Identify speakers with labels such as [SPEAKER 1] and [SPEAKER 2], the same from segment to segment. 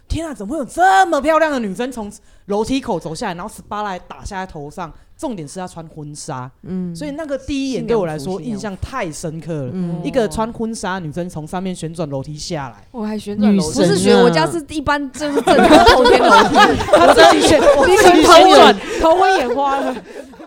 [SPEAKER 1] 天啊，怎么会有这么漂亮的女生从楼梯口走下来，然后spotlight打下在头上？重点是她穿婚纱，所以那个第一眼对我来说印象太深刻了。一个穿婚纱女生从上面旋转楼梯下来，
[SPEAKER 2] 我还旋转楼梯，
[SPEAKER 3] 不是旋，我家是一般就是正常后天楼梯，
[SPEAKER 1] 她自己旋，
[SPEAKER 2] 你可能头转头昏眼花了。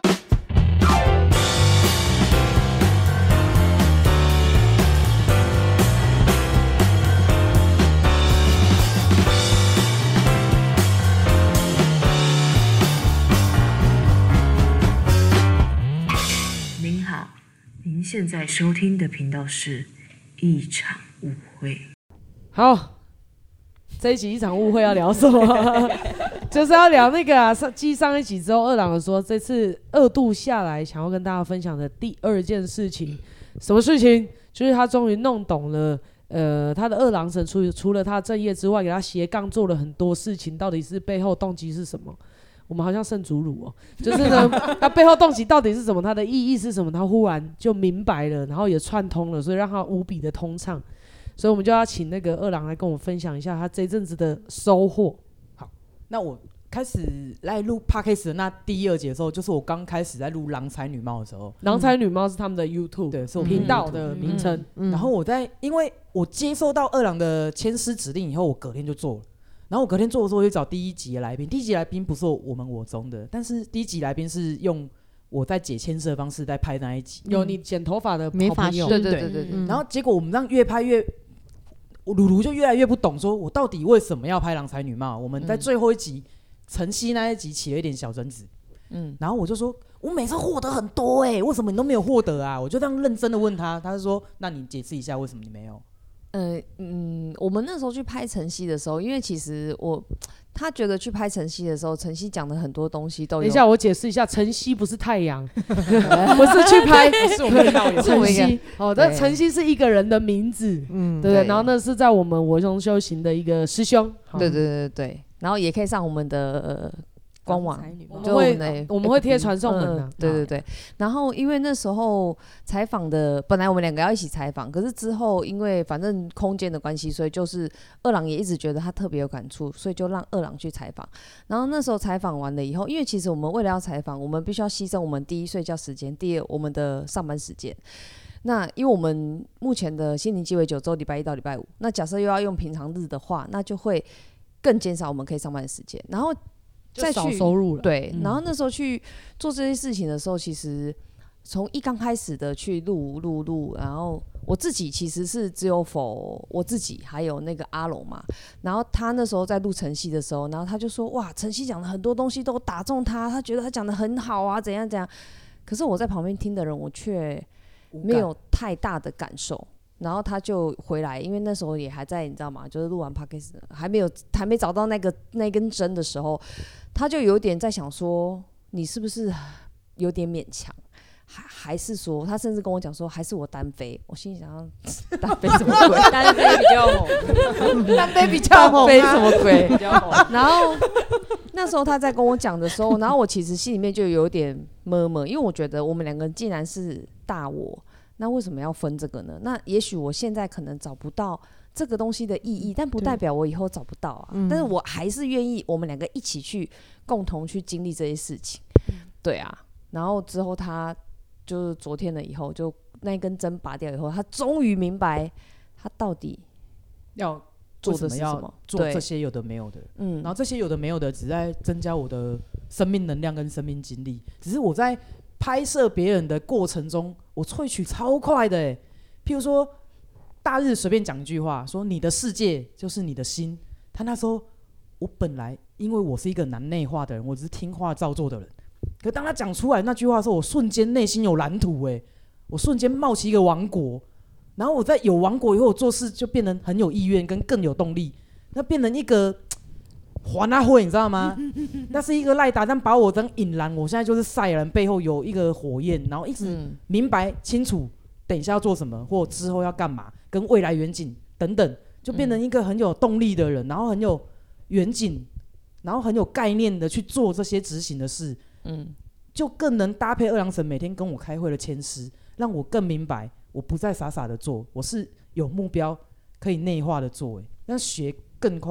[SPEAKER 4] 您现在收听的频道是一场误会。
[SPEAKER 2] 好，这一集一场误会要聊什么？就是要聊那个啊，继上一集之后，二郎说这次2度下来，想要跟大家分享的第2件事情，什么事情？就是他终于弄懂了，他的二郎神除了他的正业之外，给他斜杠做了很多事情，到底是背后动机是什么？我们好像圣祖鲁哦，就是呢，他背后动机到底是什么？他的意义是什么？他忽然就明白了，然后也串通了，所以让他无比的通畅。所以我们就要请那个二郎来跟我分享一下他这一阵子的收获。
[SPEAKER 1] 好，那我开始来录 podcast 的那第2节的时候，就是我刚开始在录郎才女貌的时候。
[SPEAKER 2] 郎才女貌是他们的 YouTube
[SPEAKER 1] 对，是我
[SPEAKER 2] 频道的名称。
[SPEAKER 1] 然后因为我接收到二郎的签诗指令以后，我隔天就做了。然后我隔天做的时候，我就找第1集的来宾。第1集来宾不是我中的，但是第1集来宾是用我在解签诗的方式在拍那一集。
[SPEAKER 2] 有你剪头发的好朋友，
[SPEAKER 3] 对。
[SPEAKER 1] 然后结果我们这样越拍越，鲁鲁就越来越不懂，说我到底为什么要拍郎才女貌？我们在最后一集晨曦那一集起了一点小争执。然后我就说，我每次获得很多为什么你都没有获得啊？我就这样认真的问他，他就说，那你解释一下为什么你没有？
[SPEAKER 3] 我们那时候去拍晨曦的时候，因为其实他觉得去拍晨曦的时候，晨曦讲的很多东西都有。
[SPEAKER 2] 等一下，我解释一下，晨曦不是太阳，不是去拍，
[SPEAKER 1] 是我们的导演
[SPEAKER 2] 晨曦。哦，但晨曦是一个人的名字，对。然后那是在我们文中修行的一个师兄，
[SPEAKER 3] 对。然后也可以上我们的官网，
[SPEAKER 2] 我们会贴传送门的。
[SPEAKER 3] 对。然后因为那时候采访的，本来我们2个要一起采访，可是之后因为反正空间的关系，所以就是二郎也一直觉得他特别有感触，所以就让二郎去采访。然后那时候采访完了以后，因为其实我们为了要采访，我们必须要牺牲我们第1睡觉时间，第2我们的上班时间。那因为我们目前的心灵鸡尾酒周礼拜1到礼拜5，那假设又要用平常日的话，那就会更减少我们可以上班的时间，然后再去
[SPEAKER 2] 少收入了。
[SPEAKER 3] 对，然后那时候去做这些事情的时候，其实从刚开始的去录，然后我自己其实是只有否我自己，还有那个阿龙嘛。然后他那时候在录晨曦的时候，然后他就说：“哇，晨曦讲的很多东西都打中他，他觉得他讲的很好啊，怎样怎样。”可是我在旁边听的人，我却没有太大的感受。然后他就回来，因为那时候也还在，你知道吗？就是录完 podcast 还没找到那根针的时候，他就有点在想说，你是不是有点勉强？还是说，他甚至跟我讲说，还是我单飞。我心里想，单飞什么鬼？
[SPEAKER 2] 单飞比较红，
[SPEAKER 3] 单飞比较红，单飞什么鬼？
[SPEAKER 2] 比较红。
[SPEAKER 3] 然后那时候他在跟我讲的时候，然后我其实心里面就有点闷，因为我觉得我们2个既然是大我。那为什么要分这个呢？那也许我现在可能找不到这个东西的意义，但不代表我以后找不到啊。但是我还是愿意我们2个一起去共同去经历这些事情。对啊，然后之后他就是昨天了以后，就那根针拔掉以后，他终于明白他到底
[SPEAKER 1] 要
[SPEAKER 3] 做的是什么，
[SPEAKER 1] 做这些有的没有的。然后这些有的没有的，只在增加我的生命能量跟生命经历。只是我在拍摄别人的过程中，我萃取超快的譬如说，大日随便讲一句话，说你的世界就是你的心。他那时候，我本来因为我是一个难内化的人，我只是听话照做的人。可当他讲出来那句话的时候，我瞬间内心有蓝图我瞬间冒起一个王国。然后我在有王国以后，我做事就变得很有意愿跟更有动力。那变成一个还他会，你知道吗？那是一个赖打，但把我当引燃。我现在就是赛亚人背后有一个火焰，然后一直明白清楚，等一下要做什么，或之后要干嘛，跟未来远景等等，就变成一个很有动力的人，然后很有远景，然后很有概念的去做这些执行的事。就更能搭配二郎神每天跟我开会的签诗，让我更明白，我不再傻傻的做，我是有目标可以内化的做，那学更快。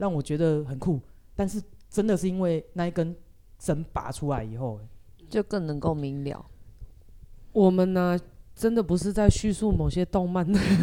[SPEAKER 1] 让我觉得很酷。但是真的是因为那一根针拔出来以后，
[SPEAKER 3] 就更能够明了。
[SPEAKER 2] 我们呢，真的不是在叙述某些动漫的，我一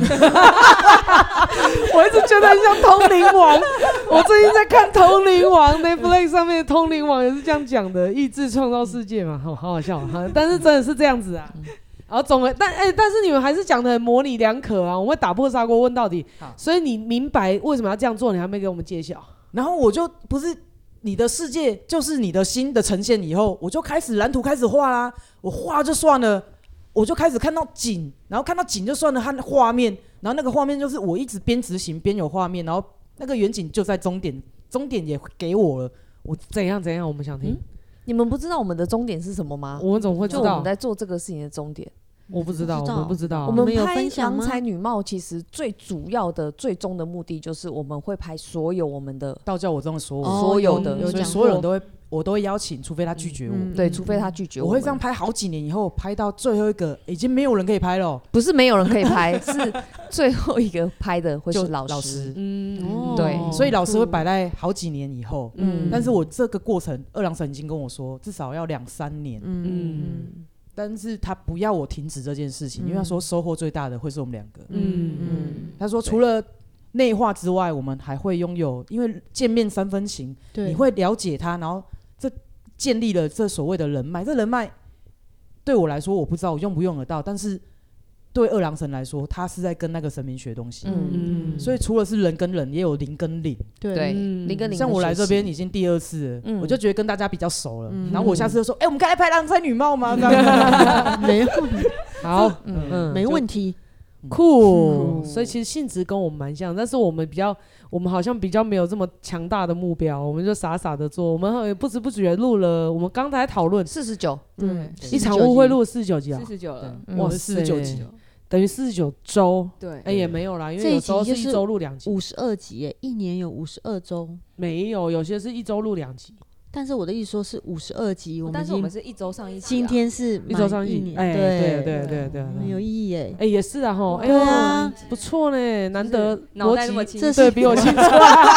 [SPEAKER 2] 直觉得很像《通灵王》。我最近在看《通灵王》，Netflix 上面的《通灵王》也是这样讲的，意志创造世界嘛，好好笑啊！但是真的是这样子啊。然后但是你们还是讲的很模棱两可啊。我们会打破砂锅问到底，所以你明白为什么要这样做，你还没给我们揭晓。
[SPEAKER 1] 然后我就不是你的世界，就是你的心的呈现以后，我就开始蓝图开始画啦。我画就算了。我就开始看到景，然后看到景就算了，看画面，然后那个画面就是我一直边执行边有画面，然后那个远景就在终点，终点也给我了。我怎样？我们想听。
[SPEAKER 3] 你们不知道我们的终点是什么吗？
[SPEAKER 2] 我们怎么会知道？
[SPEAKER 3] 就我们在做这个事情的终点。
[SPEAKER 2] 我不知道，我们不知道。
[SPEAKER 3] 我们拍郎才女貌，其实最主要的、最终的目的就是我们会拍所有我们的
[SPEAKER 1] 道教我中的所
[SPEAKER 3] 有的，
[SPEAKER 1] 所以所有人都会。我都会邀请，除非他拒绝我。
[SPEAKER 3] 对，除非他拒绝我。
[SPEAKER 1] 我会这样拍好几年以后，拍到最后一个已经没有人可以拍了。
[SPEAKER 3] 不是没有人可以拍，是最后一个拍的会是老师。对，
[SPEAKER 1] 所以老师会摆在好几年以后。但是我这个过程，二郎神已经跟我说，至少要2-3年。但是他不要我停止这件事情，因为他说收获最大的会是我们2个。他说除了内化之外，我们还会拥有，因为见面3分情，你会了解他，然后这建立了这所谓的人脉。这人脉对我来说，我不知道我用不用得到，但是对二郎神来说，他是在跟那个神明学东西。所以除了是人跟人，也有灵跟灵。
[SPEAKER 3] 对，灵跟灵。
[SPEAKER 1] 像我来这边已经第2次了，我就觉得跟大家比较熟了。然后我下次就说：“我们可以来拍郎才女貌吗？”
[SPEAKER 5] 没问题，
[SPEAKER 2] 好，
[SPEAKER 5] 没问题。
[SPEAKER 2] 酷，所以其实性质跟我们蛮像，但是我们好像比较没有这么强大的目标，我们就傻傻的做。我们不知不觉录了，我们刚才讨论
[SPEAKER 3] 49，
[SPEAKER 5] 对，
[SPEAKER 2] 一场误会录了49集啊
[SPEAKER 6] ，49了，
[SPEAKER 2] 哇
[SPEAKER 1] ，49集，
[SPEAKER 2] 等于49周，
[SPEAKER 6] 对，
[SPEAKER 2] 也没有啦，因为有时候是1周录2集
[SPEAKER 5] ，52集耶，一年有52周，
[SPEAKER 2] 没有，有些是1周录2集。
[SPEAKER 5] 但是我的意思说是52集，
[SPEAKER 6] 但是我们是1周上1集，
[SPEAKER 5] 今天是
[SPEAKER 2] 1周上1集，对，
[SPEAKER 5] 很有意义耶。
[SPEAKER 2] 也是啊吼，
[SPEAKER 5] 对啊，
[SPEAKER 2] 不错呢，难得
[SPEAKER 6] 脑袋那么清楚，
[SPEAKER 2] 对比我清楚。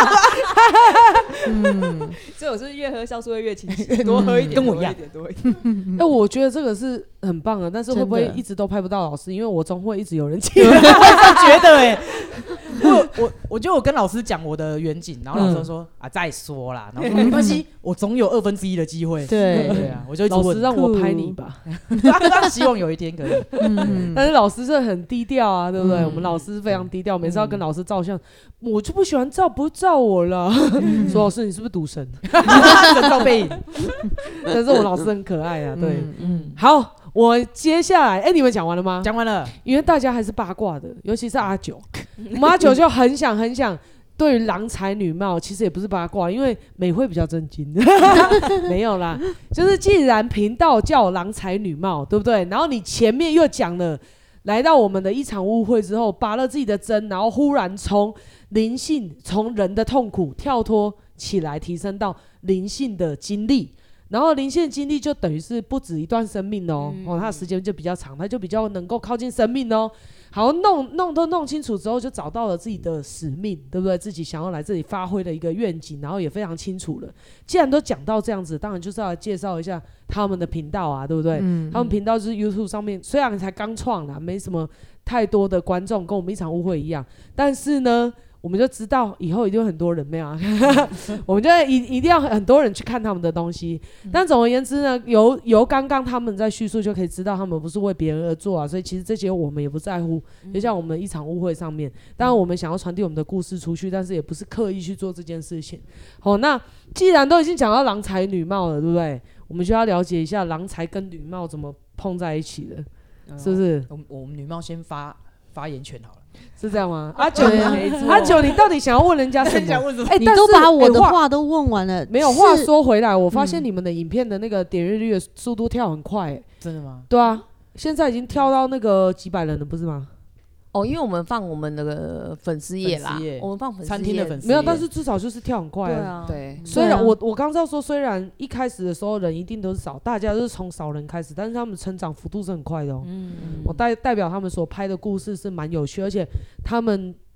[SPEAKER 6] 所以我是越喝酵素会越清晰，多喝一点，
[SPEAKER 1] 跟我一样，
[SPEAKER 6] 多一点。
[SPEAKER 2] 我觉得这个是很棒的，但是会不会一直都拍不到老师？因为我总会一直有人请。
[SPEAKER 1] 我觉得我觉得我跟老师讲我的远景，然后老师说再说啦，然后说没关系，我总有1/2的机会。
[SPEAKER 5] 对
[SPEAKER 1] 啊，我就
[SPEAKER 2] 老师让我拍你吧，
[SPEAKER 1] 希望有一天可以。
[SPEAKER 2] 但是老师是很低调啊，对不对？我们老师非常低调，每次要跟老师照相，我就不喜欢照，不照我了。说老师你是不是赌神？
[SPEAKER 1] 神照背影。
[SPEAKER 2] 但是我老师很可爱啊，对，好。我接下来，你们讲完了吗？
[SPEAKER 1] 讲完了，
[SPEAKER 2] 因为大家还是八卦的，尤其是阿九，我们阿九就很想，对于郎才女貌，其实也不是八卦，因为美惠比较震惊，没有啦，就是既然频道叫郎才女貌，对不对？然后你前面又讲了，来到我们的一场误会之后，拔了自己的针，然后忽然从灵性，从人的痛苦跳脱起来，提升到灵性的经历。然后灵性经历就等于是不止一段生命哦，它的时间就比较长，它就比较能够靠近生命哦。好，弄清楚之后，就找到了自己的使命，对不对？自己想要来这里发挥的一个愿景，然后也非常清楚了。既然都讲到这样子，当然就是要介绍一下他们的频道啊，对不对？他们频道就是 YouTube 上面，虽然才刚创啦，没什么太多的观众，跟我们一场误会一样，但是呢。我们就知道以后一定有很多人没有啊，我们就一定要很多人去看他们的东西。但总而言之呢，由刚刚他们在叙述就可以知道，他们不是为别人而做啊，所以其实这些我们也不在乎。就像我们一场误会上面，当然我们想要传递我们的故事出去，但是也不是刻意去做这件事情。好，那既然都已经讲到郎才女貌了，对不对？我们就要了解一下郎才跟女貌怎么碰在一起的，是不是？
[SPEAKER 1] 我们女貌先发言权好了。
[SPEAKER 2] 是这样吗？阿九，你到底想要问人家什么？
[SPEAKER 5] 你都把我的话都问完了。
[SPEAKER 2] 没有话说回来，我发现你们的影片的那个点阅率的速度跳很快，
[SPEAKER 1] 真的吗？
[SPEAKER 2] 对啊，现在已经跳到那个几百人了，不是吗？
[SPEAKER 3] 因为我们放我们那个粉丝页啦，我们放粉丝页
[SPEAKER 1] 餐厅的粉丝页
[SPEAKER 2] 没有，但是至少就是跳很快
[SPEAKER 3] 啊。对，
[SPEAKER 2] 虽然我刚知道说，虽然一开始的时候人一定都是少，大家都是从少人开始，但是他们成长幅度是很快的哦。我代表他们所拍的故事是蛮有趣，而且他们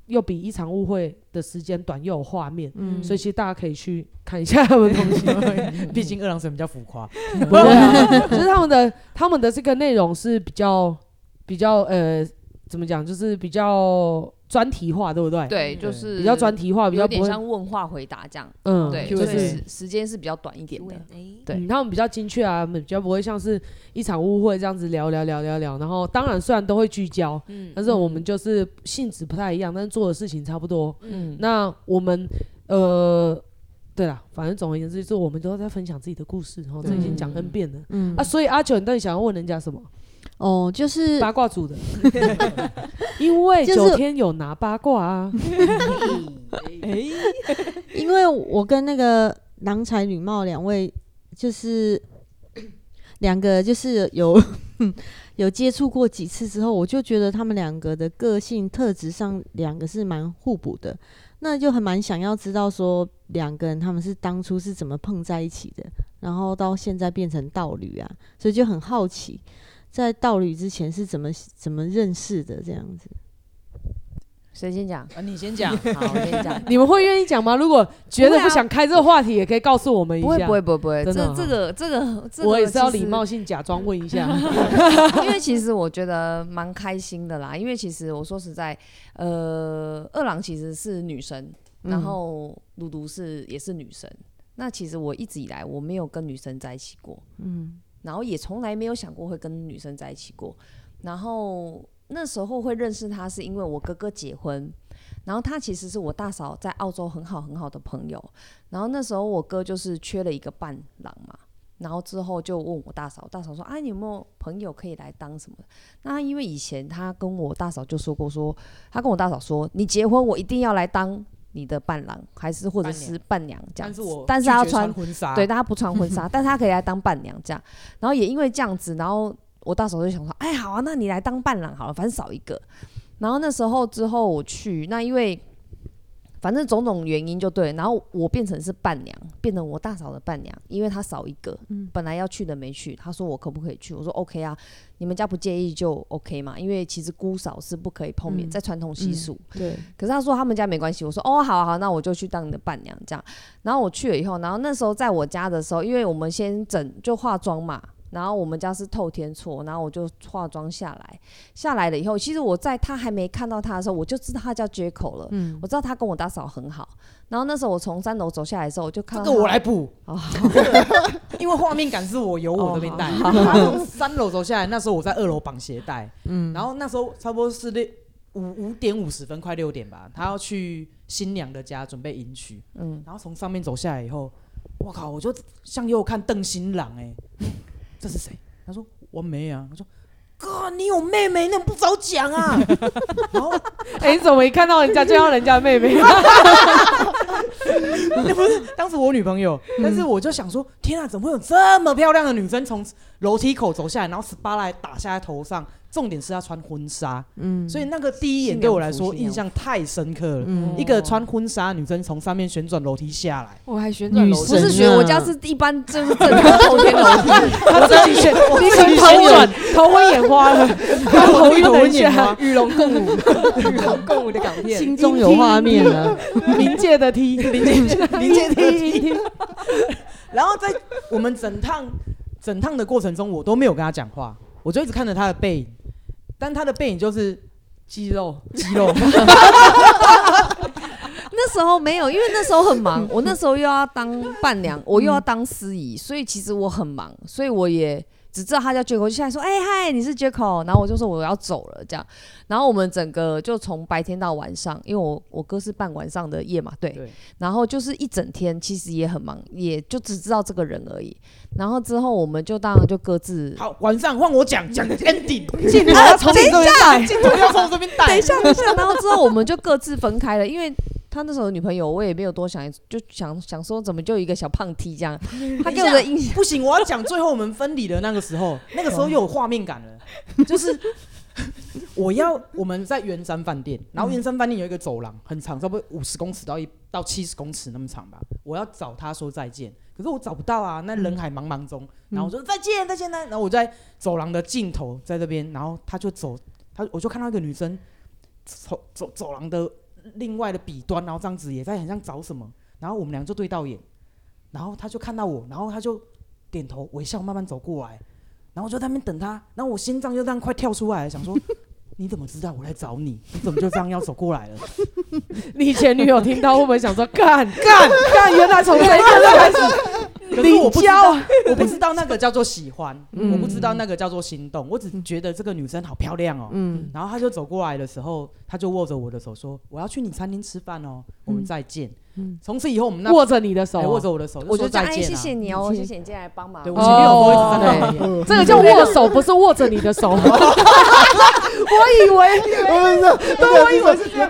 [SPEAKER 2] 又比一场误会的时间短，又有画面，所以其实大家可以去看一下他们的东西。
[SPEAKER 1] 毕竟二郎神比较浮夸，
[SPEAKER 2] 不会啊，就是他们的这个内容是比较怎么讲，就是比较专题化，对不对？
[SPEAKER 3] 对，就是
[SPEAKER 2] 比较专题化，比较
[SPEAKER 3] 有
[SPEAKER 2] 不会
[SPEAKER 3] 点像问话回答这样。对，
[SPEAKER 2] 就
[SPEAKER 3] 所以时间是比较短一点的。对，
[SPEAKER 2] 他们比较精确啊，比较不会像是一场误会这样子聊，然后当然虽然都会聚焦，但是我们就是性质不太一样，但是做的事情差不多。那我们对啦，反正总而言之，就是我们都在分享自己的故事，然后这已经讲 N 遍了。所以阿九，你到底想要问人家什么？
[SPEAKER 5] 就是
[SPEAKER 2] 八卦组的，因为9天有拿八卦啊。
[SPEAKER 5] 因为我跟那个郎才女貌两位，就是两个就是有接触过几次之后，我就觉得他们两个的个性特质上，两个是蛮互补的。那就很蛮想要知道说，两个人他们是当初是怎么碰在一起的，然后到现在变成道侣啊，所以就很好奇。在道侣之前是怎么认识的这样子？
[SPEAKER 3] 谁先讲？
[SPEAKER 1] 你先讲。
[SPEAKER 3] 好，我先讲。
[SPEAKER 2] 你们会愿意讲吗？如果觉得不想开这个话题，也可以告诉我们一下。
[SPEAKER 3] 不会，
[SPEAKER 2] 真的
[SPEAKER 3] 这个，
[SPEAKER 2] 我也是要礼貌性假装问一下。
[SPEAKER 3] 因为其实我觉得蛮开心的啦，因为其实我说实在，二郎其实是女生，然后嘟嘟也是女生。那其实我一直以来我没有跟女生在一起过，然后也从来没有想过会跟女生在一起过。然后那时候会认识他，是因为我哥哥结婚，然后他其实是我大嫂在澳洲很好的朋友。然后那时候我哥就是缺了一个伴郎嘛，然后之后就问我大嫂，大嫂说：“啊，你有没有朋友可以来当什么的？”那因为以前他跟我大嫂就说过他跟我大嫂说：“你结婚我一定要来当你的伴郎，还是或者是伴娘这样子。”但是他穿
[SPEAKER 1] 婚纱，
[SPEAKER 3] 对，但他不穿婚纱，但是他可以来当伴娘这样。然后也因为这样子，然后我大嫂就想说：“哎，好啊，那你来当伴郎好了，反正少一个。”然后那时候之后我去，那因为反正种种原因就对，然后我变成是伴娘，变成我大嫂的伴娘，因为她少一个，本来要去的没去，她说我可不可以去？我说 OK 啊，你们家不介意就 OK 嘛，因为其实姑嫂是不可以碰面，在传统习俗。
[SPEAKER 2] 对。
[SPEAKER 3] 可是她说他们家没关系，我说哦好，那我就去当你的伴娘这样。然后我去了以后，然后那时候在我家的时候，因为我们先就化妆嘛。然后我们家是透天厝，然后我就化妆下来了以后，其实我在他还没看到他的时候，我就知道他叫 Jaco 了。我知道他跟我大嫂很好。然后那时候我从3楼走下来的时候，我就看到
[SPEAKER 1] 这个我来补，因为画面感是我由我这边带。他从3楼走下来，那时候我在2楼绑鞋带，然后那时候差不多是5点50分，快6点吧，他要去新娘的家准备迎娶，然后从上面走下来以后，我靠，我就向右看邓新郎，这是谁？他说我妹啊。他说哥，你有妹妹，那不早讲啊。然后
[SPEAKER 2] 你怎么一看到人家就要人家的妹妹？
[SPEAKER 1] 那不是当时我女朋友，但是我就想说，天啊，怎么会有这么漂亮的女生从楼梯口走下来，然后18来打下在头上？重点是她穿婚纱，所以那个第一眼对我来说印象太深刻了。一个穿婚纱的女生从上面旋转楼梯下来，
[SPEAKER 6] 我还旋转楼梯，
[SPEAKER 3] 不是学我家是一般就是正常透天楼梯，
[SPEAKER 2] 他自己选，你可能头昏眼花了，头晕一下，
[SPEAKER 6] 与龙共舞，与龙共舞的港片，
[SPEAKER 5] 心中有画面了。
[SPEAKER 2] 临界的梯，临界梯。
[SPEAKER 1] 然后在我们整趟的过程中，我都没有跟她讲话，我就一直看着她的背影。但他的背影就是肌肉。
[SPEAKER 3] 那时候没有，因为那时候很忙，我那时候又要当伴娘，我又要当司仪，所以其实我很忙，所以我也只知道他叫 Jaco， 就下来说：“哎嗨，你是 Jaco。”然后我就说我要走了这样。然后我们整个就从白天到晚上，因为我哥是办晚上的夜嘛，对。然后就是一整天，其实也很忙，也就只知道这个人而已。然后之后我们就当然就各自
[SPEAKER 1] 好，晚上换我讲 ending，
[SPEAKER 2] 镜头要从你这边带，
[SPEAKER 1] 镜头要从这边带。
[SPEAKER 3] 等一下，然后之后我们就各自分开了，因为他那时候的女朋友，我也没有多想，就想说怎么就一个小胖 T 这样，他给我的印象
[SPEAKER 1] 不行，我要讲最后我们分离的那个时候，又有画面感了，就是我们在圆山饭店，然后圆山饭店有一个走廊，很长，差不多50公尺到70公尺那么长吧。我要找他说再见，可是我找不到啊，那人海茫茫中，然后我说再见呢，然后我在走廊的尽头在这边，然后他就走，我就看到一个女生走廊的另外的彼端，然后这样子也在很像找什么，然后我们俩就对到眼，然后他就看到我，然后他就点头微笑，慢慢走过来，然后我就在那边等他，然后我心脏就这样快跳出来了，想说你怎么知道我来找你？你怎么就这样要走过来了？
[SPEAKER 2] 你前女友听到会不会想说干，原来从这一刻开始。
[SPEAKER 1] 可是我不知道，我不知道那个叫做喜欢，我不知道那个叫做心动，我只觉得这个女生好漂亮哦。然后他就走过来的时候，他就握着我的手说：“我要去你餐厅吃饭哦，我们再见。”从此以后，我们
[SPEAKER 2] 握着你的手，
[SPEAKER 1] 握着我的手，
[SPEAKER 3] 我就
[SPEAKER 1] 再见。
[SPEAKER 3] 谢谢你哦，谢谢你进来帮忙。
[SPEAKER 1] 对，我前女友都一直在那里。
[SPEAKER 2] 这个叫握手，不是握着你的手。我以为是这样。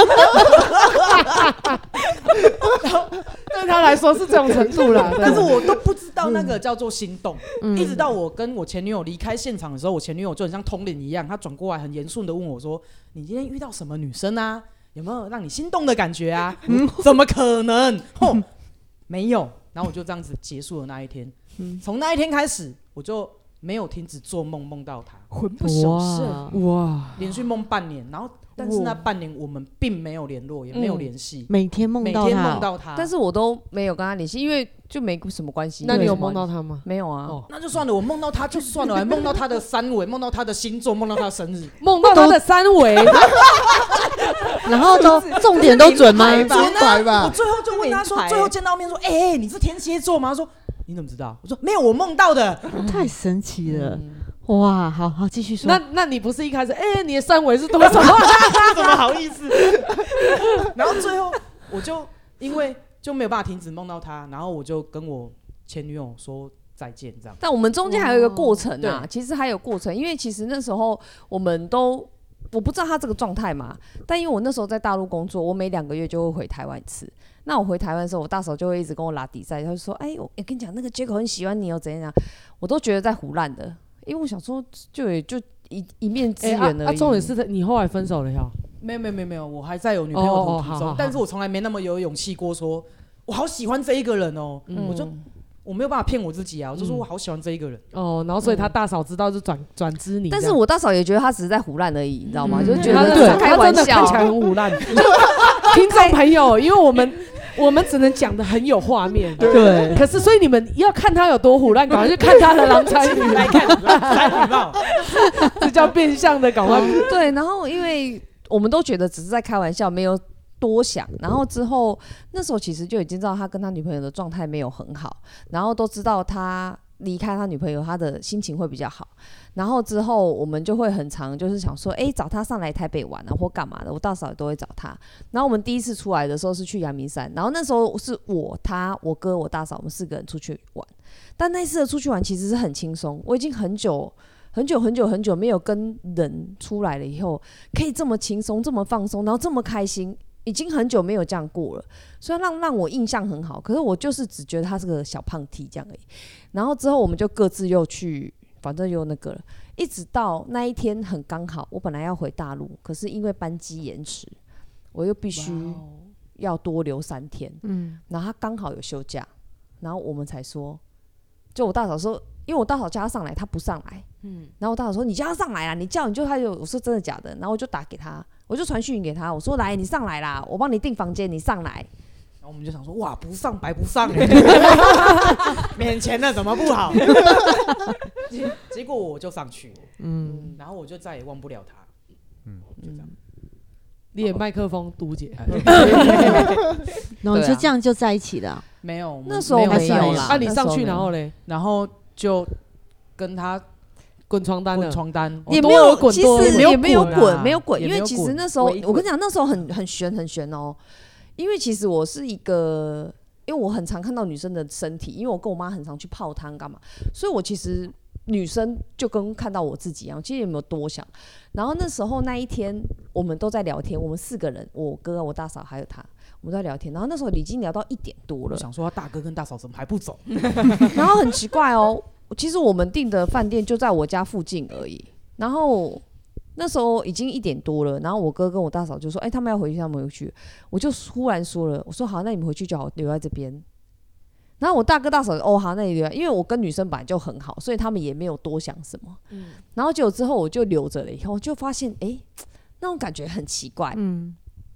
[SPEAKER 2] 对他来说是这种程度啦，
[SPEAKER 1] 但是我都不知道那个叫做心动，一直到我跟我前女友离开现场的时候，我前女友就很像通灵一样，她转过来很严肃的问我说：“你今天遇到什么女生啊？有没有让你心动的感觉啊？”怎么可能？没有。然后我就这样子结束了那一天。从那一天开始，我就没有停止做梦，梦到她，
[SPEAKER 6] 魂不守舍，
[SPEAKER 2] 哇，
[SPEAKER 1] 连续梦半年，然后。但是那半年我们并没有联络，也没有联系，
[SPEAKER 5] 每天梦到他，
[SPEAKER 3] 但是我都没有跟他联系，因为就没什么关系。
[SPEAKER 2] 那你有梦到他吗？
[SPEAKER 3] 没有啊。
[SPEAKER 1] 那就算了，我梦到他就算了，还梦到他的三围，梦到他的星座，梦到他的生日，
[SPEAKER 2] 梦到他的三围，
[SPEAKER 5] 然后都重点都准吗？
[SPEAKER 1] 准吧。我最后就问他说，最后见到面说，你是天蝎座吗？他说你怎么知道？我说没有，我梦到的。
[SPEAKER 5] 太神奇了。哇，好，继续说。
[SPEAKER 2] 那你不是一开始，你的三围是多少？
[SPEAKER 1] 怎么好意思？然后最后我就因为就没有办法停止梦到他，然后我就跟我前女友说再见，这样。
[SPEAKER 3] 但我们中间还有一个过程啊，其实还有过程，因为其实那时候我们都我不知道他这个状态嘛，但因为我那时候在大陆工作，我每2个月就会回台湾一次。那我回台湾的时候，我大嫂就会一直跟我拉比赛，他就说：“我跟你讲，那个Jaco很喜欢你哦，怎样？”我都觉得在胡乱的。因为我想说就一面之缘而已。
[SPEAKER 2] 重点是你后来分手了呀？
[SPEAKER 1] 没有，我还在有女朋友的途中，但是我从来没那么有勇气过说，我好喜欢这一个人哦。我没有办法骗我自己啊，我就说我好喜欢这一个人
[SPEAKER 2] 哦。然后所以他大嫂知道就转知你，
[SPEAKER 3] 但是我大嫂也觉得他只是在胡乱而已，你知道吗？就觉得他
[SPEAKER 2] 在
[SPEAKER 3] 开玩笑，
[SPEAKER 2] 看起来很胡乱。听众朋友，因为我们只能讲的很有画面，
[SPEAKER 5] 对。
[SPEAKER 2] 可是所以你们要看他有多胡乱，赶快去看他的郎才女
[SPEAKER 1] 来看郎才女貌，
[SPEAKER 2] 这叫变相的赶快。
[SPEAKER 3] 对，然后因为我们都觉得只是在开玩笑，没有多想。然后之后那时候其实就已经知道他跟他女朋友的状态没有很好，然后都知道他离开他女朋友，他的心情会比较好。然后之后我们就会很常就是想说，找他上来台北玩啊，或干嘛的。我大嫂也都会找他。然后我们第一次出来的时候是去阳明山，然后那时候是他、我哥、我大嫂，我们4个人出去玩。但那一次的出去玩其实是很轻松，我已经很久没有跟人出来了，以后可以这么轻松、这么放松，然后这么开心。已经很久没有这样过了，所以让我印象很好。可是我就是只觉得他是个小胖 T 这样而已。然后之后我们就各自又去，反正又那个了。一直到那一天很刚好，我本来要回大陆，可是因为班机延迟，我又必须要多留3天。然后他刚好有休假，然后我们才说，就我大嫂说，因为我大嫂叫他上来，他不上来。然后我大嫂说：“你叫他上来啦，你叫你就他就。”我说：“真的假的？”然后我就打给他，我就传讯给他，我说：“来，你上来啦，我帮你订房间，你上来。”
[SPEAKER 1] 然后我们就想说：“哇，不上白不上，免钱了怎么不好？”结果我就上去了，然后我就再也忘不了他，就这样。
[SPEAKER 2] 练麦克风读解，
[SPEAKER 5] 然后就这样就在一起了。
[SPEAKER 1] 没有，
[SPEAKER 3] 那时候没有啦。
[SPEAKER 2] 你上去然后嘞，
[SPEAKER 1] 然后就跟他。
[SPEAKER 2] 滚床单
[SPEAKER 3] 也没有，其实也没有滚，因为其实那时候我跟你讲，那时候很悬哦。因为其实我是一个，因为我很常看到女生的身体，因为我跟我妈很常去泡汤干嘛，所以我其实女生就跟看到我自己一样，其实也没有多想。然后那时候那一天我们都在聊天，我们4个人，我哥、我大嫂还有他，我们在聊天。然后那时候已经聊到1点多了，
[SPEAKER 1] 我想说大哥跟大嫂怎么还不走？
[SPEAKER 3] 然后很奇怪哦。其实我们订的饭店就在我家附近而已，然后那时候已经1点多了，然后我哥跟我大嫂就说：“他们要回去。”我就忽然说了：“我说好，那你们回去就好，留在这边。”然后我大哥大嫂好，那你留在，因为我跟女生本来就很好，所以他们也没有多想什么。然后结果之后我就留着了，以后就发现那种感觉很奇怪。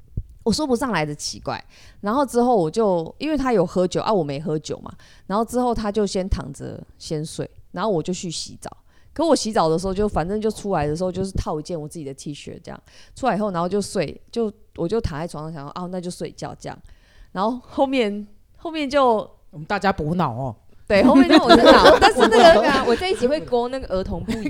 [SPEAKER 3] 我说不上来的奇怪。然后之后我就因为他有喝酒啊，我没喝酒嘛，然后之后他就先躺着先睡，然后我就去洗澡。可我洗澡的时候就反正就出来的时候就是套一件我自己的 T 恤这样，出来以后然后就睡，我就躺在床上想说那就睡觉这样。然后后面就
[SPEAKER 1] 我们大家补脑哦。
[SPEAKER 3] 对，后面就我知道，但是那个
[SPEAKER 6] 我这一集会勾那个儿童不宜。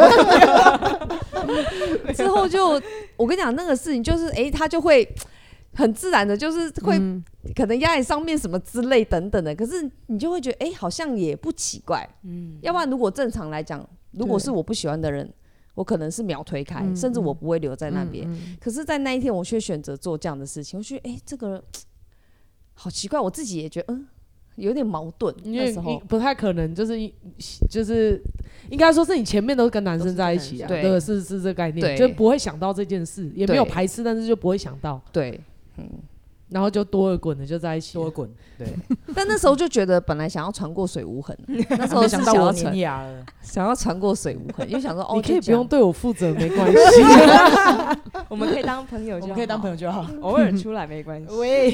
[SPEAKER 3] 之后就我跟你讲那个事情就是他就会很自然的就是会可能压在上面什么之类等等的，可是你就会觉得好像也不奇怪。要不然如果正常来讲，如果是我不喜欢的人，我可能是秒推开，甚至我不会留在那边。可是在那一天我却选择做这样的事情，我觉得这个好奇怪，我自己也觉得有点矛盾，
[SPEAKER 2] 因为
[SPEAKER 3] 那时候
[SPEAKER 2] 不太可能，就是应该说是你前面都是跟男生在一起啊，对，是这个概念，就不会想到这件事，也没有排斥，但是就不会想到，
[SPEAKER 3] 对，
[SPEAKER 2] 然后就多尔滚的就在一起，
[SPEAKER 1] 多尔滚，对。
[SPEAKER 3] 但那时候就觉得本来想要船过水无痕，那时候是
[SPEAKER 1] 想到我粘牙了，
[SPEAKER 3] 想要船过水无痕，因为想说
[SPEAKER 2] 你可以不用对我负责，没关系，
[SPEAKER 6] 我们可以当朋友就好，
[SPEAKER 1] 我们可以当朋友就好，
[SPEAKER 6] 偶尔出来没关系。
[SPEAKER 1] 喂，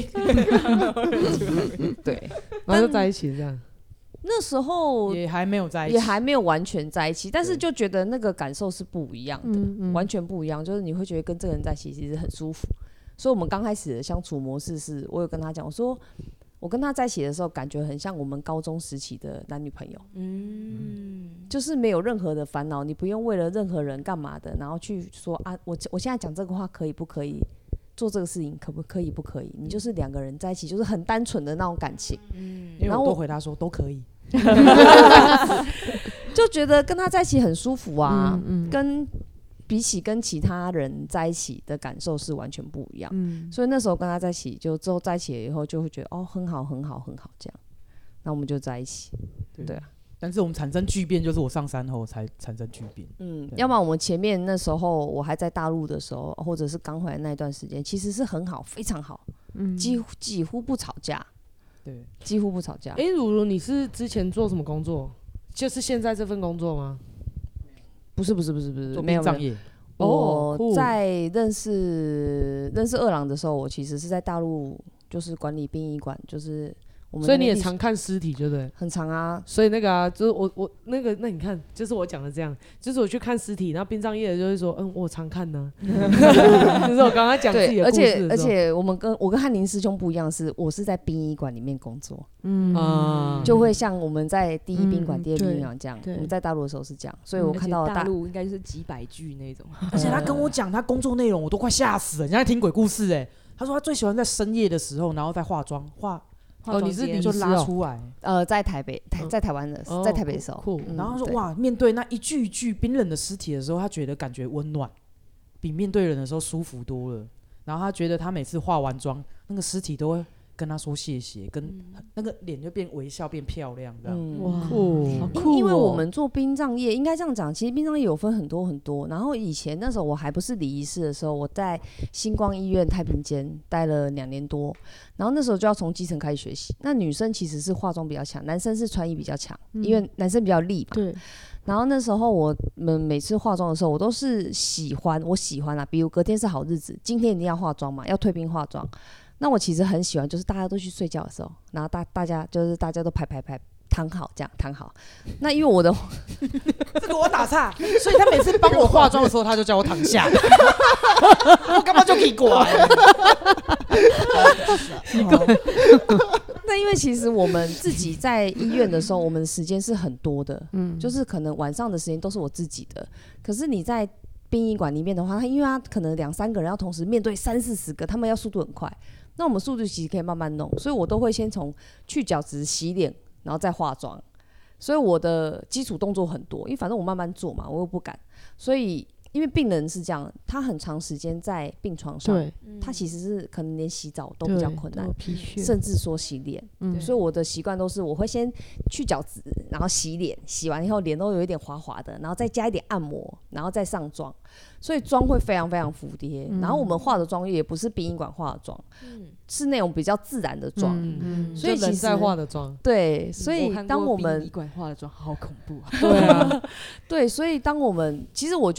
[SPEAKER 3] 对，
[SPEAKER 2] 然后就在一起这样。
[SPEAKER 3] 那时候
[SPEAKER 1] 也还没有在一起，
[SPEAKER 3] 也还没有完全在一起，但是就觉得那个感受是不一样的，完全不一样。就是你会觉得跟这个人在一起其实很舒服。所以我们刚开始的相处模式是，我有跟他讲，我说我跟他在一起的时候，感觉很像我们高中时期的男女朋友，就是没有任何的烦恼，你不用为了任何人干嘛的，然后去说我现在讲这个话可以不可以？做这个事情可不可以？不可以？你就是两个人在一起，就是很单纯的那种感情。
[SPEAKER 1] 然后我都回答说都可以，
[SPEAKER 3] 就觉得跟他在一起很舒服啊，比起跟其他人在一起的感受是完全不一样。所以那时候跟他在一起，就之后在一起了以后，就会觉得很好，很好，很好这样。那我们就在一起，对啊。
[SPEAKER 1] 但是我们产生巨变，就是我上山后才产生巨变。
[SPEAKER 3] 要不然我们前面那时候我还在大陆的时候，或者是刚回来那一段时间，其实是很好，非常好，几乎不吵架。
[SPEAKER 1] 对，
[SPEAKER 3] 几乎不吵架。
[SPEAKER 2] 如如，你是之前做什么工作？就是现在这份工作吗？
[SPEAKER 3] 不是，
[SPEAKER 1] 做殡葬业。
[SPEAKER 3] 我在认识二郎的时候，我其实是在大陆，就是管理殡仪馆，就是我们。
[SPEAKER 2] 所以你也常看尸体，对不对？
[SPEAKER 3] 很常啊。
[SPEAKER 2] 所以那个就是我那你看，就是我讲的这样，就是我去看尸体，然后殡葬业的就会说，我常看呢。就是我刚刚讲自己的故事的时候。
[SPEAKER 3] 而且我跟翰林师兄不一样，是我是在殡仪馆里面工作，就会像我们在第一宾馆、第二宾馆这样。我们在大陆的时候是这样，所以我看到
[SPEAKER 6] 大陆应该就是几百句那种。
[SPEAKER 1] 而且他跟我讲他工作内容，我都快吓死了。人家在听鬼故事他说他最喜欢在深夜的时候，然后在化妆。
[SPEAKER 2] 你是临时
[SPEAKER 1] 就拉出来。
[SPEAKER 3] 在台北，在台湾的，在台北的时候。
[SPEAKER 1] 然后说哇，面对那一具一具冰冷的尸体的时候，他觉得感觉温暖，比面对人的时候舒服多了。然后他觉得他每次化完妆，那个尸体都会跟他说谢谢，跟那个脸就变微笑，变漂亮这样。
[SPEAKER 2] 哇，酷，好酷哦！
[SPEAKER 3] 因为我们做殡葬业，应该这样讲，其实殡葬业有分很多很多。然后以前那时候我还不是礼仪师的时候，我在星光医院太平间待了2年多，然后那时候就要从基层开始学习。那女生其实是化妆比较强，男生是穿衣比较强，因为男生比较力嘛。
[SPEAKER 2] 对。
[SPEAKER 3] 然后那时候我们每次化妆的时候，我都是我喜欢啊，比如隔天是好日子，今天一定要化妆嘛，要退殡化妆。那我其实很喜欢，就是大家都去睡觉的时候，然后大家都排躺好，这样躺好。那因为我的
[SPEAKER 1] 这个我打岔，所以他每次帮我化妆的时候，他就叫我躺下。我干嘛就可以过来？
[SPEAKER 3] 那因为其实我们自己在医院的时候，我们的时间是很多的，就是可能晚上的时间都是我自己的。可是你在殡仪馆里面的话，因为他可能2-3个人要同时面对30-40个，他们要速度很快。那我们速度其实可以慢慢弄，所以我都会先从去角质、洗脸，然后再化妆。所以我的基础动作很多，因为反正我慢慢做嘛，我又不敢。所以因为病人是这样，他很长时间在病床上，他其实是可能连洗澡都比较困难，甚至说洗脸。所以我的习惯都是我会先去角质，然后洗脸，洗完以后脸都有一点滑滑的，然后再加一点按摩，然后再上妆。所以妆会非常非常服帖，然后我们化的妆也不是殡仪馆化的妆，是那种比较自然的妆，所以其实
[SPEAKER 2] 人在化的妆。
[SPEAKER 3] 对，所以当我们
[SPEAKER 6] 殡仪馆化的妆好恐怖啊。
[SPEAKER 2] 对啊，
[SPEAKER 3] 对，所以当我们其实我觉得做殡葬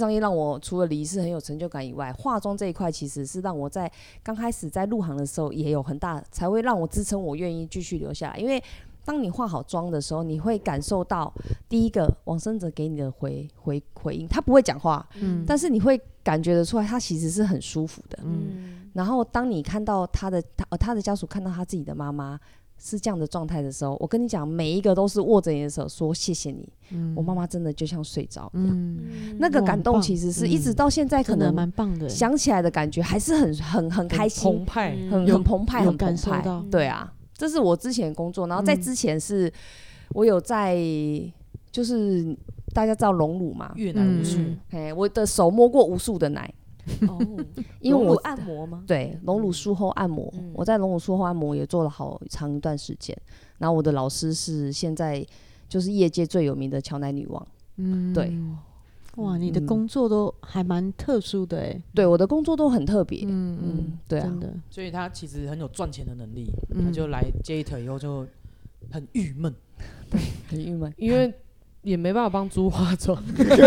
[SPEAKER 3] 商业让我除了离世很有成就感以外，化妆这一块其实是让我在刚开始在入行的时候也有很大，才会让我支撑我愿意继续留下来。因为当你化好妆的时候，你会感受到第一个往生者给你的回应，他不会讲话，但是你会感觉得出来，他其实是很舒服的。然后当你看到他的家属看到他自己的妈妈是这样的状态的时候，我跟你讲，每一个都是握着你的手说谢谢你，我妈妈真的就像睡着一样。那个感动其实是一直到现在可能
[SPEAKER 5] 蛮棒的，
[SPEAKER 3] 想起来的感觉还是很开心，
[SPEAKER 2] 澎湃，
[SPEAKER 3] 很澎湃，很
[SPEAKER 5] 感
[SPEAKER 3] 澎湃。
[SPEAKER 5] 受到，
[SPEAKER 3] 对啊，这是我之前的工作，然后在之前是我有在就是大家知道隆乳嘛，
[SPEAKER 1] 越南无数，
[SPEAKER 3] 我的手摸过无数的奶。
[SPEAKER 6] 哦，
[SPEAKER 3] 因为我
[SPEAKER 6] 按摩吗？
[SPEAKER 3] 对，隆乳术后按摩，我在隆乳术后按摩也做了好长一段时间。然后我的老师是现在就是业界最有名的乔奶女王。对，
[SPEAKER 5] 哇，你的工作都还蛮特殊的哎。
[SPEAKER 3] 对，我的工作都很特别。对啊，
[SPEAKER 5] 真的。
[SPEAKER 1] 所以他其实很有赚钱的能力，他就来接一腿以后就很郁闷，
[SPEAKER 3] 对，很郁闷，
[SPEAKER 2] 因为也没办法帮猪化妆。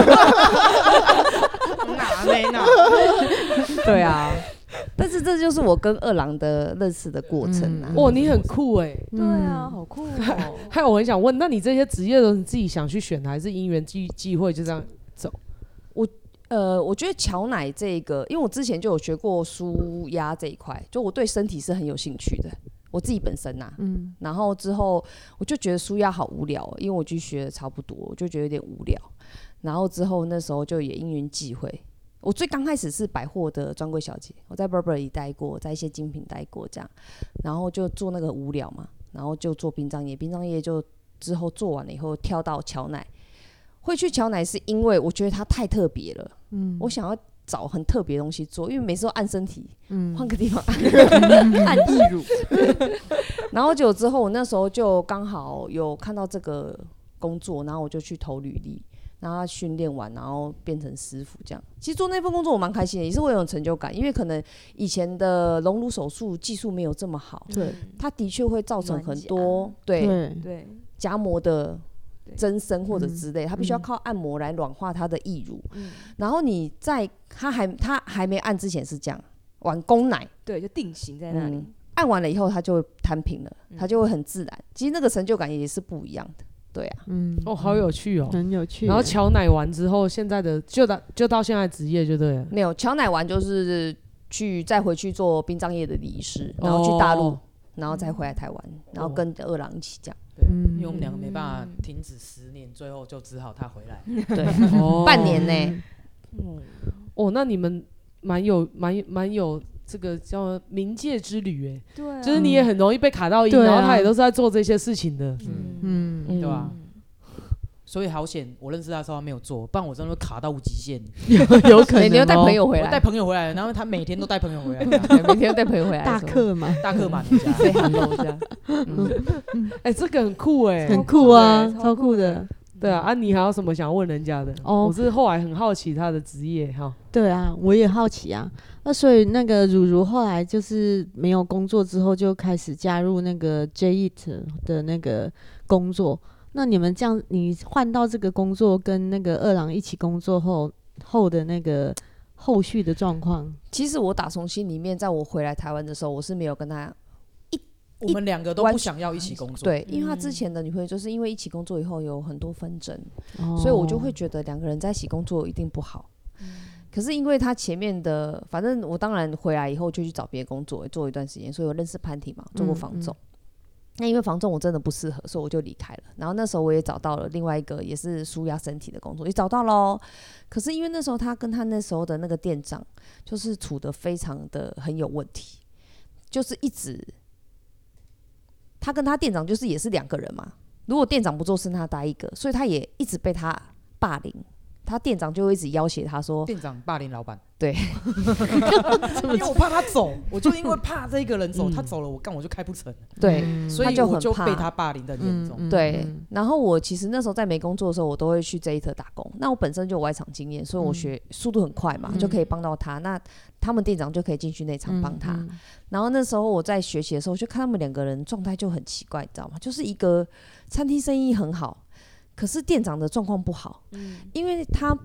[SPEAKER 1] 哪没哪？
[SPEAKER 3] 对啊，但是这就是我跟二郎的认识的过程啊。
[SPEAKER 2] 哇，你很酷哎！
[SPEAKER 6] 对啊，好酷哦。
[SPEAKER 2] 还有我很想问，那你这些职业都是自己想去选的，还是因缘际会就这样走？
[SPEAKER 3] 我觉得乔奶这个，因为我之前就有学过舒压这一块，就我对身体是很有兴趣的。我自己本身呐，然后之后我就觉得舒压好无聊，因为我去学的差不多，我就觉得有点无聊。然后之后那时候就也因缘际会，我最刚开始是百货的专柜小姐，我在 Burberry 待过，在一些精品待过这样，然后就做那个无聊嘛，然后就做殡葬业，殡葬业就之后做完了以后跳到乔奶，会去乔奶是因为我觉得它太特别了，我想要找很特别的东西做，因为每次都按身体，换个地方按义乳，然后结果之后我那时候就刚好有看到这个工作，然后我就去投履历。然后他训练完，然后变成师傅这样。其实做那份工作我蛮开心的，也是会有成就感，因为可能以前的隆乳手术技术没有这么好，
[SPEAKER 5] 对，
[SPEAKER 3] 它的确会造成很多对夹膜的增生或者之类，它必须要靠按摩来软化它的义乳。然后你在它还没按之前是这样玩公奶，
[SPEAKER 6] 对，就定型在那里。
[SPEAKER 3] 按完了以后它就会摊平了，它就会很自然。其实那个成就感也是不一样的。对啊，
[SPEAKER 2] 好有趣哦，
[SPEAKER 5] 很有趣。
[SPEAKER 2] 然后乔奶完之后，现在的就到现在职业就对了。
[SPEAKER 3] 没有乔奶完就是再回去做殡葬业的礼仪师，然后去大陆，然后再回来台湾，然后跟二郎一起这样。
[SPEAKER 1] 对，因为我们两个没办法停止10年，最后就只好他回来。
[SPEAKER 3] 对，半年呢。
[SPEAKER 2] 那你们蛮有这个叫冥界之旅哎，
[SPEAKER 6] 对啊，
[SPEAKER 2] 就是你也很容易被卡到阴，然后他也都是在做这些事情的，
[SPEAKER 1] 对吧？所以好险，我认识他的时候他没有做，不然我真的会卡到无极限。
[SPEAKER 5] 有可能
[SPEAKER 3] 你要带朋友回来，
[SPEAKER 1] 我带朋友回来，然后他每天都带朋友回来，
[SPEAKER 3] 每天都带朋友回来，
[SPEAKER 5] 大客嘛，
[SPEAKER 1] 大客满家，
[SPEAKER 3] 被喊漏这样。
[SPEAKER 2] 这个很酷哎，
[SPEAKER 5] 很酷啊，超酷的。
[SPEAKER 2] 对啊，你还有什么想问人家的？我是后来很好奇他的职业哈。
[SPEAKER 5] 对啊，我也好奇啊。那所以那个如如后来就是没有工作之后，就开始加入那个 J-Eat 的那个工作。那你们这样，你换到这个工作，跟那个二郎一起工作后的那个后续的状况？
[SPEAKER 3] 其实我打从心里面，在我回来台湾的时候，我是没有跟他。
[SPEAKER 1] 我们两个都不想要一起工作，
[SPEAKER 3] 对，因为他之前的女朋友就是因为一起工作以后有很多纷争，所以我就会觉得两个人在一起工作一定不好。可是因为他前面的，反正我当然回来以后就去找别的工作做一段时间，所以我认识潘婷嘛，做过房仲。那因为房仲我真的不适合，所以我就离开了。然后那时候我也找到了另外一个也是舒压身体的工作，也找到咯。可是因为那时候他跟他那时候的那个店长就是处得非常的很有问题，就是一直。他跟他店长就是也是2个人嘛，如果店长不做事，他带一个，所以他也一直被他霸凌。他店长就会一直要挟他说，
[SPEAKER 1] 店长霸凌老板，
[SPEAKER 3] 对，
[SPEAKER 1] 因为我怕他走，我就因为怕这个人走，他走了我就开不成，
[SPEAKER 3] 对，
[SPEAKER 1] 所以我就被他霸凌的很严重。
[SPEAKER 3] 对，然后我其实那时候在没工作的时候，我都会去 J-Eat 打工。那我本身就有外场经验，所以我学速度很快嘛，就可以帮到他。那他们店长就可以进去内场帮他。然后那时候我在学习的时候，就看他们2个人状态就很奇怪，你知道吗？就是一个餐厅生意很好，可是店长的状况不好，因为他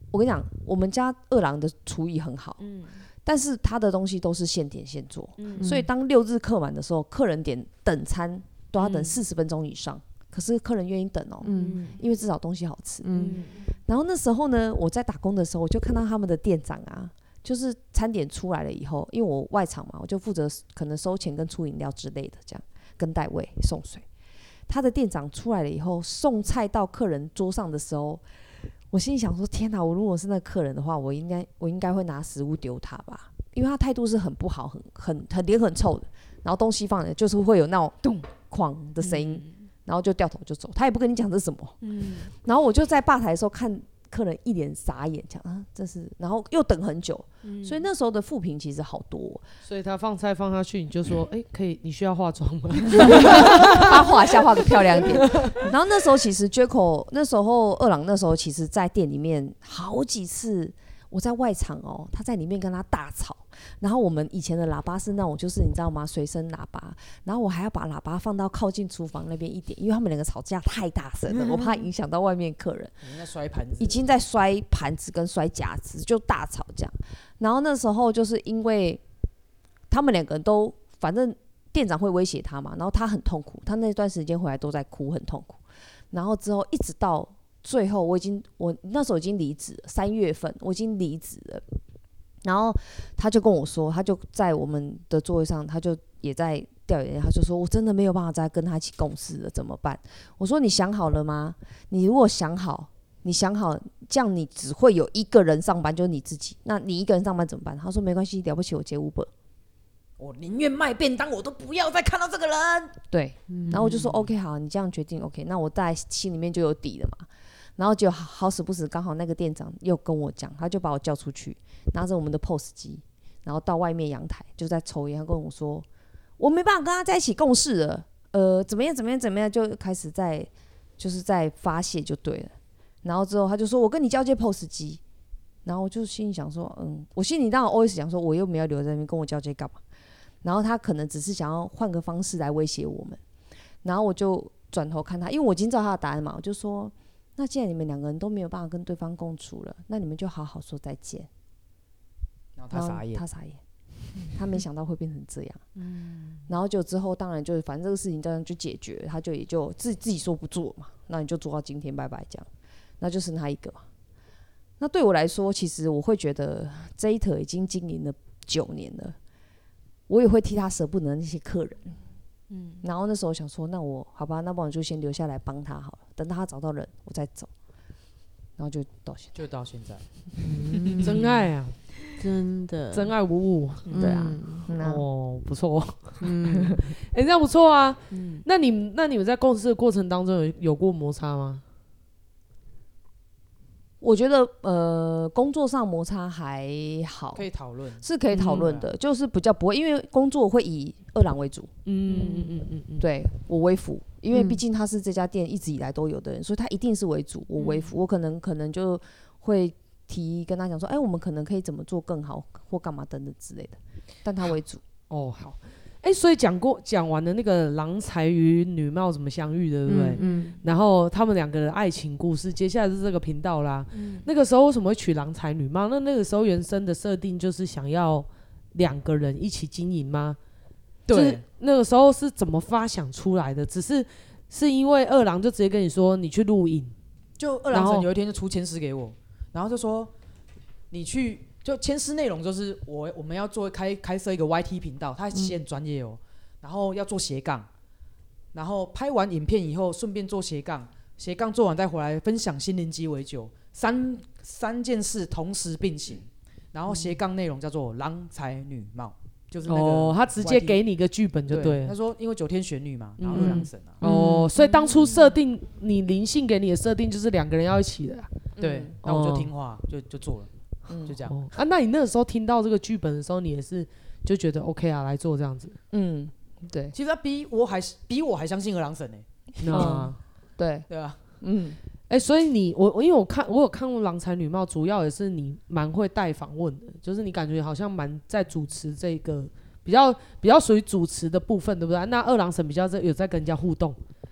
[SPEAKER 3] 我跟你讲，我们家二郎的厨艺很好，但是他的东西都是现点现做，所以当6日客满的时候，客人点等餐都要等40分钟以上，可是客人愿意等哦，因为至少东西好吃。然后那时候呢，我在打工的时候，我就看到他们的店长啊，就是餐点出来了以后，因为我外场嘛，我就负责可能收钱跟出饮料之类的，这样跟带位送水。他的店长出来了以后，送菜到客人桌上的时候，我心里想说：天哪！我如果是那个客人的话，我应该会拿食物丢他吧，因为他态度是很不好，很脸很臭的。然后东西放的就是会有那种咚哐的声音，然后就掉头就走，他也不跟你讲这是什么。然后我就在吧台的时候看客人一脸傻眼，讲啊这是，然后又等很久，所以那时候的负评其实好多。
[SPEAKER 2] 所以他放菜放下去，你就说，可以，你需要化妆吗？
[SPEAKER 3] 他画一下，画个漂亮一点。然后那时候其实 Jaco 那时候二郎那时候其实在店里面好几次，我在外场哦，他在里面跟他大吵。然后我们以前的喇叭是那种，就是你知道吗？随身喇叭。然后我还要把喇叭放到靠近厨房那边一点，因为他们两个吵架太大声了，我怕影响到外面客人。
[SPEAKER 1] 已经在摔盘子，
[SPEAKER 3] 已经在摔盘子跟摔夹子，就大吵架。然后那时候就是因为他们两个人都，反正店长会威胁他嘛，然后他很痛苦，他那段时间回来都在哭，很痛苦。然后之后一直到最后，我那时候已经离职了，3月份我已经离职了。然后他就跟我说，他就在我们的座位上，他就也在调研，他就说我真的没有办法再跟他一起共事了，怎么办？我说你想好了吗？你如果想好，这样你只会有一个人上班，就是你自己。那你一个人上班怎么办？他说没关系，了不起我接 Uber，
[SPEAKER 1] 我宁愿卖便当，我都不要再看到这个人。
[SPEAKER 3] 对，然后我就说 OK 好，你这样决定 OK， 那我在心里面就有底了嘛。然后就好死不死，刚好那个店长又跟我讲，他就把我叫出去，拿着我们的 POS 机，然后到外面阳台就在抽烟。他跟我说，我没办法跟他在一起共事了，怎么样，就开始就是在发泄就对了。然后之后他就说，我跟你交接 POS 机，然后我就心里想说，我心里当然 always 想说，我又没有留在那边跟我交接干嘛？然后他可能只是想要换个方式来威胁我们。然后我就转头看他，因为我已经知道他的答案嘛，我就说。那既然你们两个人都没有办法跟对方共处了，那你们就好好说再见。
[SPEAKER 1] 然后他傻眼，
[SPEAKER 3] 他没想到会变成这样。然后就之后当然就反正这个事情这样就解决，他就也就自己说不做嘛，那你就做到今天拜拜这样，那就剩他一个嘛。那对我来说，其实我会觉得 Jeter 已经经营了9年了，我也会替他舍不得那些客人。然后那时候想说，那我好吧，那不然就先留下来帮他好了，等他找到人我再走。然后就到现在，
[SPEAKER 2] 真爱啊，
[SPEAKER 5] 真的
[SPEAKER 2] 真爱无误。
[SPEAKER 3] 对啊，
[SPEAKER 2] 哦，不错，这样不错啊。那你们在共事的过程当中有过摩擦吗？
[SPEAKER 3] 我觉得工作上摩擦还好，
[SPEAKER 1] 可以讨论，
[SPEAKER 3] 是可以讨论的，就是比较不会，因为工作会以二郎为主，对我为辅，因为毕竟他是这家店一直以来都有的人，所以他一定是为主，我为辅，我可能就会跟他讲说，我们可能可以怎么做更好，或干嘛等等之类的，但他为主。
[SPEAKER 2] 哦，好。所以讲完了那个郎才与女貌怎么相遇的，对不对？然后他们两个的爱情故事，接下来是这个频道啦。那个时候为什么会取郎才女貌？那个时候原生的设定就是想要2个人一起经营吗？
[SPEAKER 1] 对，
[SPEAKER 2] 就是那个时候是怎么发想出来的？是因为二郎就直接跟你说你去录影，
[SPEAKER 1] 就二郎神有一天就出签诗给我，然后就说你去。就签诗内容就是我们要做开设一个 YT 频道，他写很专业哦，然后要做斜杠，然后拍完影片以后顺便做斜杠做完再回来分享心灵鸡尾酒，三件事同时并行，然后斜杠内容叫做郎才女貌，就是那个
[SPEAKER 2] 他直接给你一个剧本就对了。
[SPEAKER 1] 他说因为9天玄女嘛，然后二郎神啊，
[SPEAKER 2] 所以当初设定你灵性给你的设定就是2个人要一起的，
[SPEAKER 1] 对，然后我就听话就做了。就这样
[SPEAKER 2] 那你那个时候听到这个剧本的时候，你也是就觉得 OK 啊，来做这样子。
[SPEAKER 3] 对。
[SPEAKER 1] 其实他比我还相信二郎神呢。
[SPEAKER 3] 对
[SPEAKER 1] 啊，
[SPEAKER 2] 所以因为我有看过《郎才女貌》，主要也是你蛮会带访问的，就是你感觉好像蛮在主持这个比较属于主持的部分，对不对？那二郎神比较有在跟人家互动。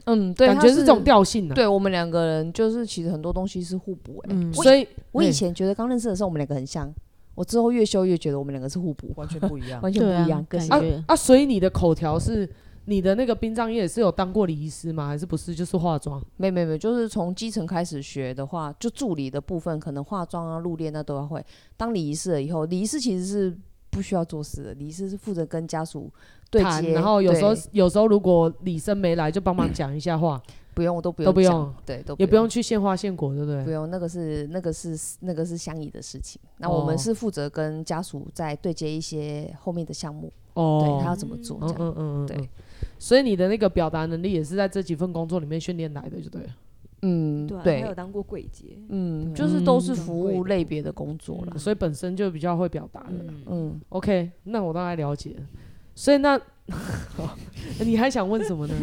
[SPEAKER 3] 对，
[SPEAKER 2] 感觉是这种调性啊。
[SPEAKER 3] 对，我们两个人就是其实很多东西是互补
[SPEAKER 2] 所以
[SPEAKER 3] 我以前觉得刚认识的时候我们两个很像，我之后越修越觉得我们两个是互补，
[SPEAKER 1] 完全不一样，
[SPEAKER 3] 完全不一样个性。
[SPEAKER 2] 所以你的口条是你的那个殡葬业是有当过礼仪师吗？还是不是？就是化妆？
[SPEAKER 3] 没，就是从基层开始学的话，就助理的部分，可能化妆啊、入殓那都要会。当礼仪师了以后，礼仪师其实是不需要做事的，礼仪师是负责跟家属对接，
[SPEAKER 2] 然后有时候如果礼生没来，就帮忙讲一下话。
[SPEAKER 3] 不用，我都不
[SPEAKER 2] 用，
[SPEAKER 3] 对，
[SPEAKER 2] 也不用去献花献果，对不对？
[SPEAKER 3] 不用，那个是相宜的事情。那我们是负责跟家属在对接一些后面的项目，对他要怎么做，这样，对。
[SPEAKER 2] 所以你的那个表达能力也是在这几份工作里面训练来的，就对了。
[SPEAKER 3] 对，
[SPEAKER 6] 还有当过柜姐，
[SPEAKER 3] 就是都是服务类别的工作啦，
[SPEAKER 2] 所以本身就比较会表达的。OK， 那我大概了解了。所以那你还想问什么呢？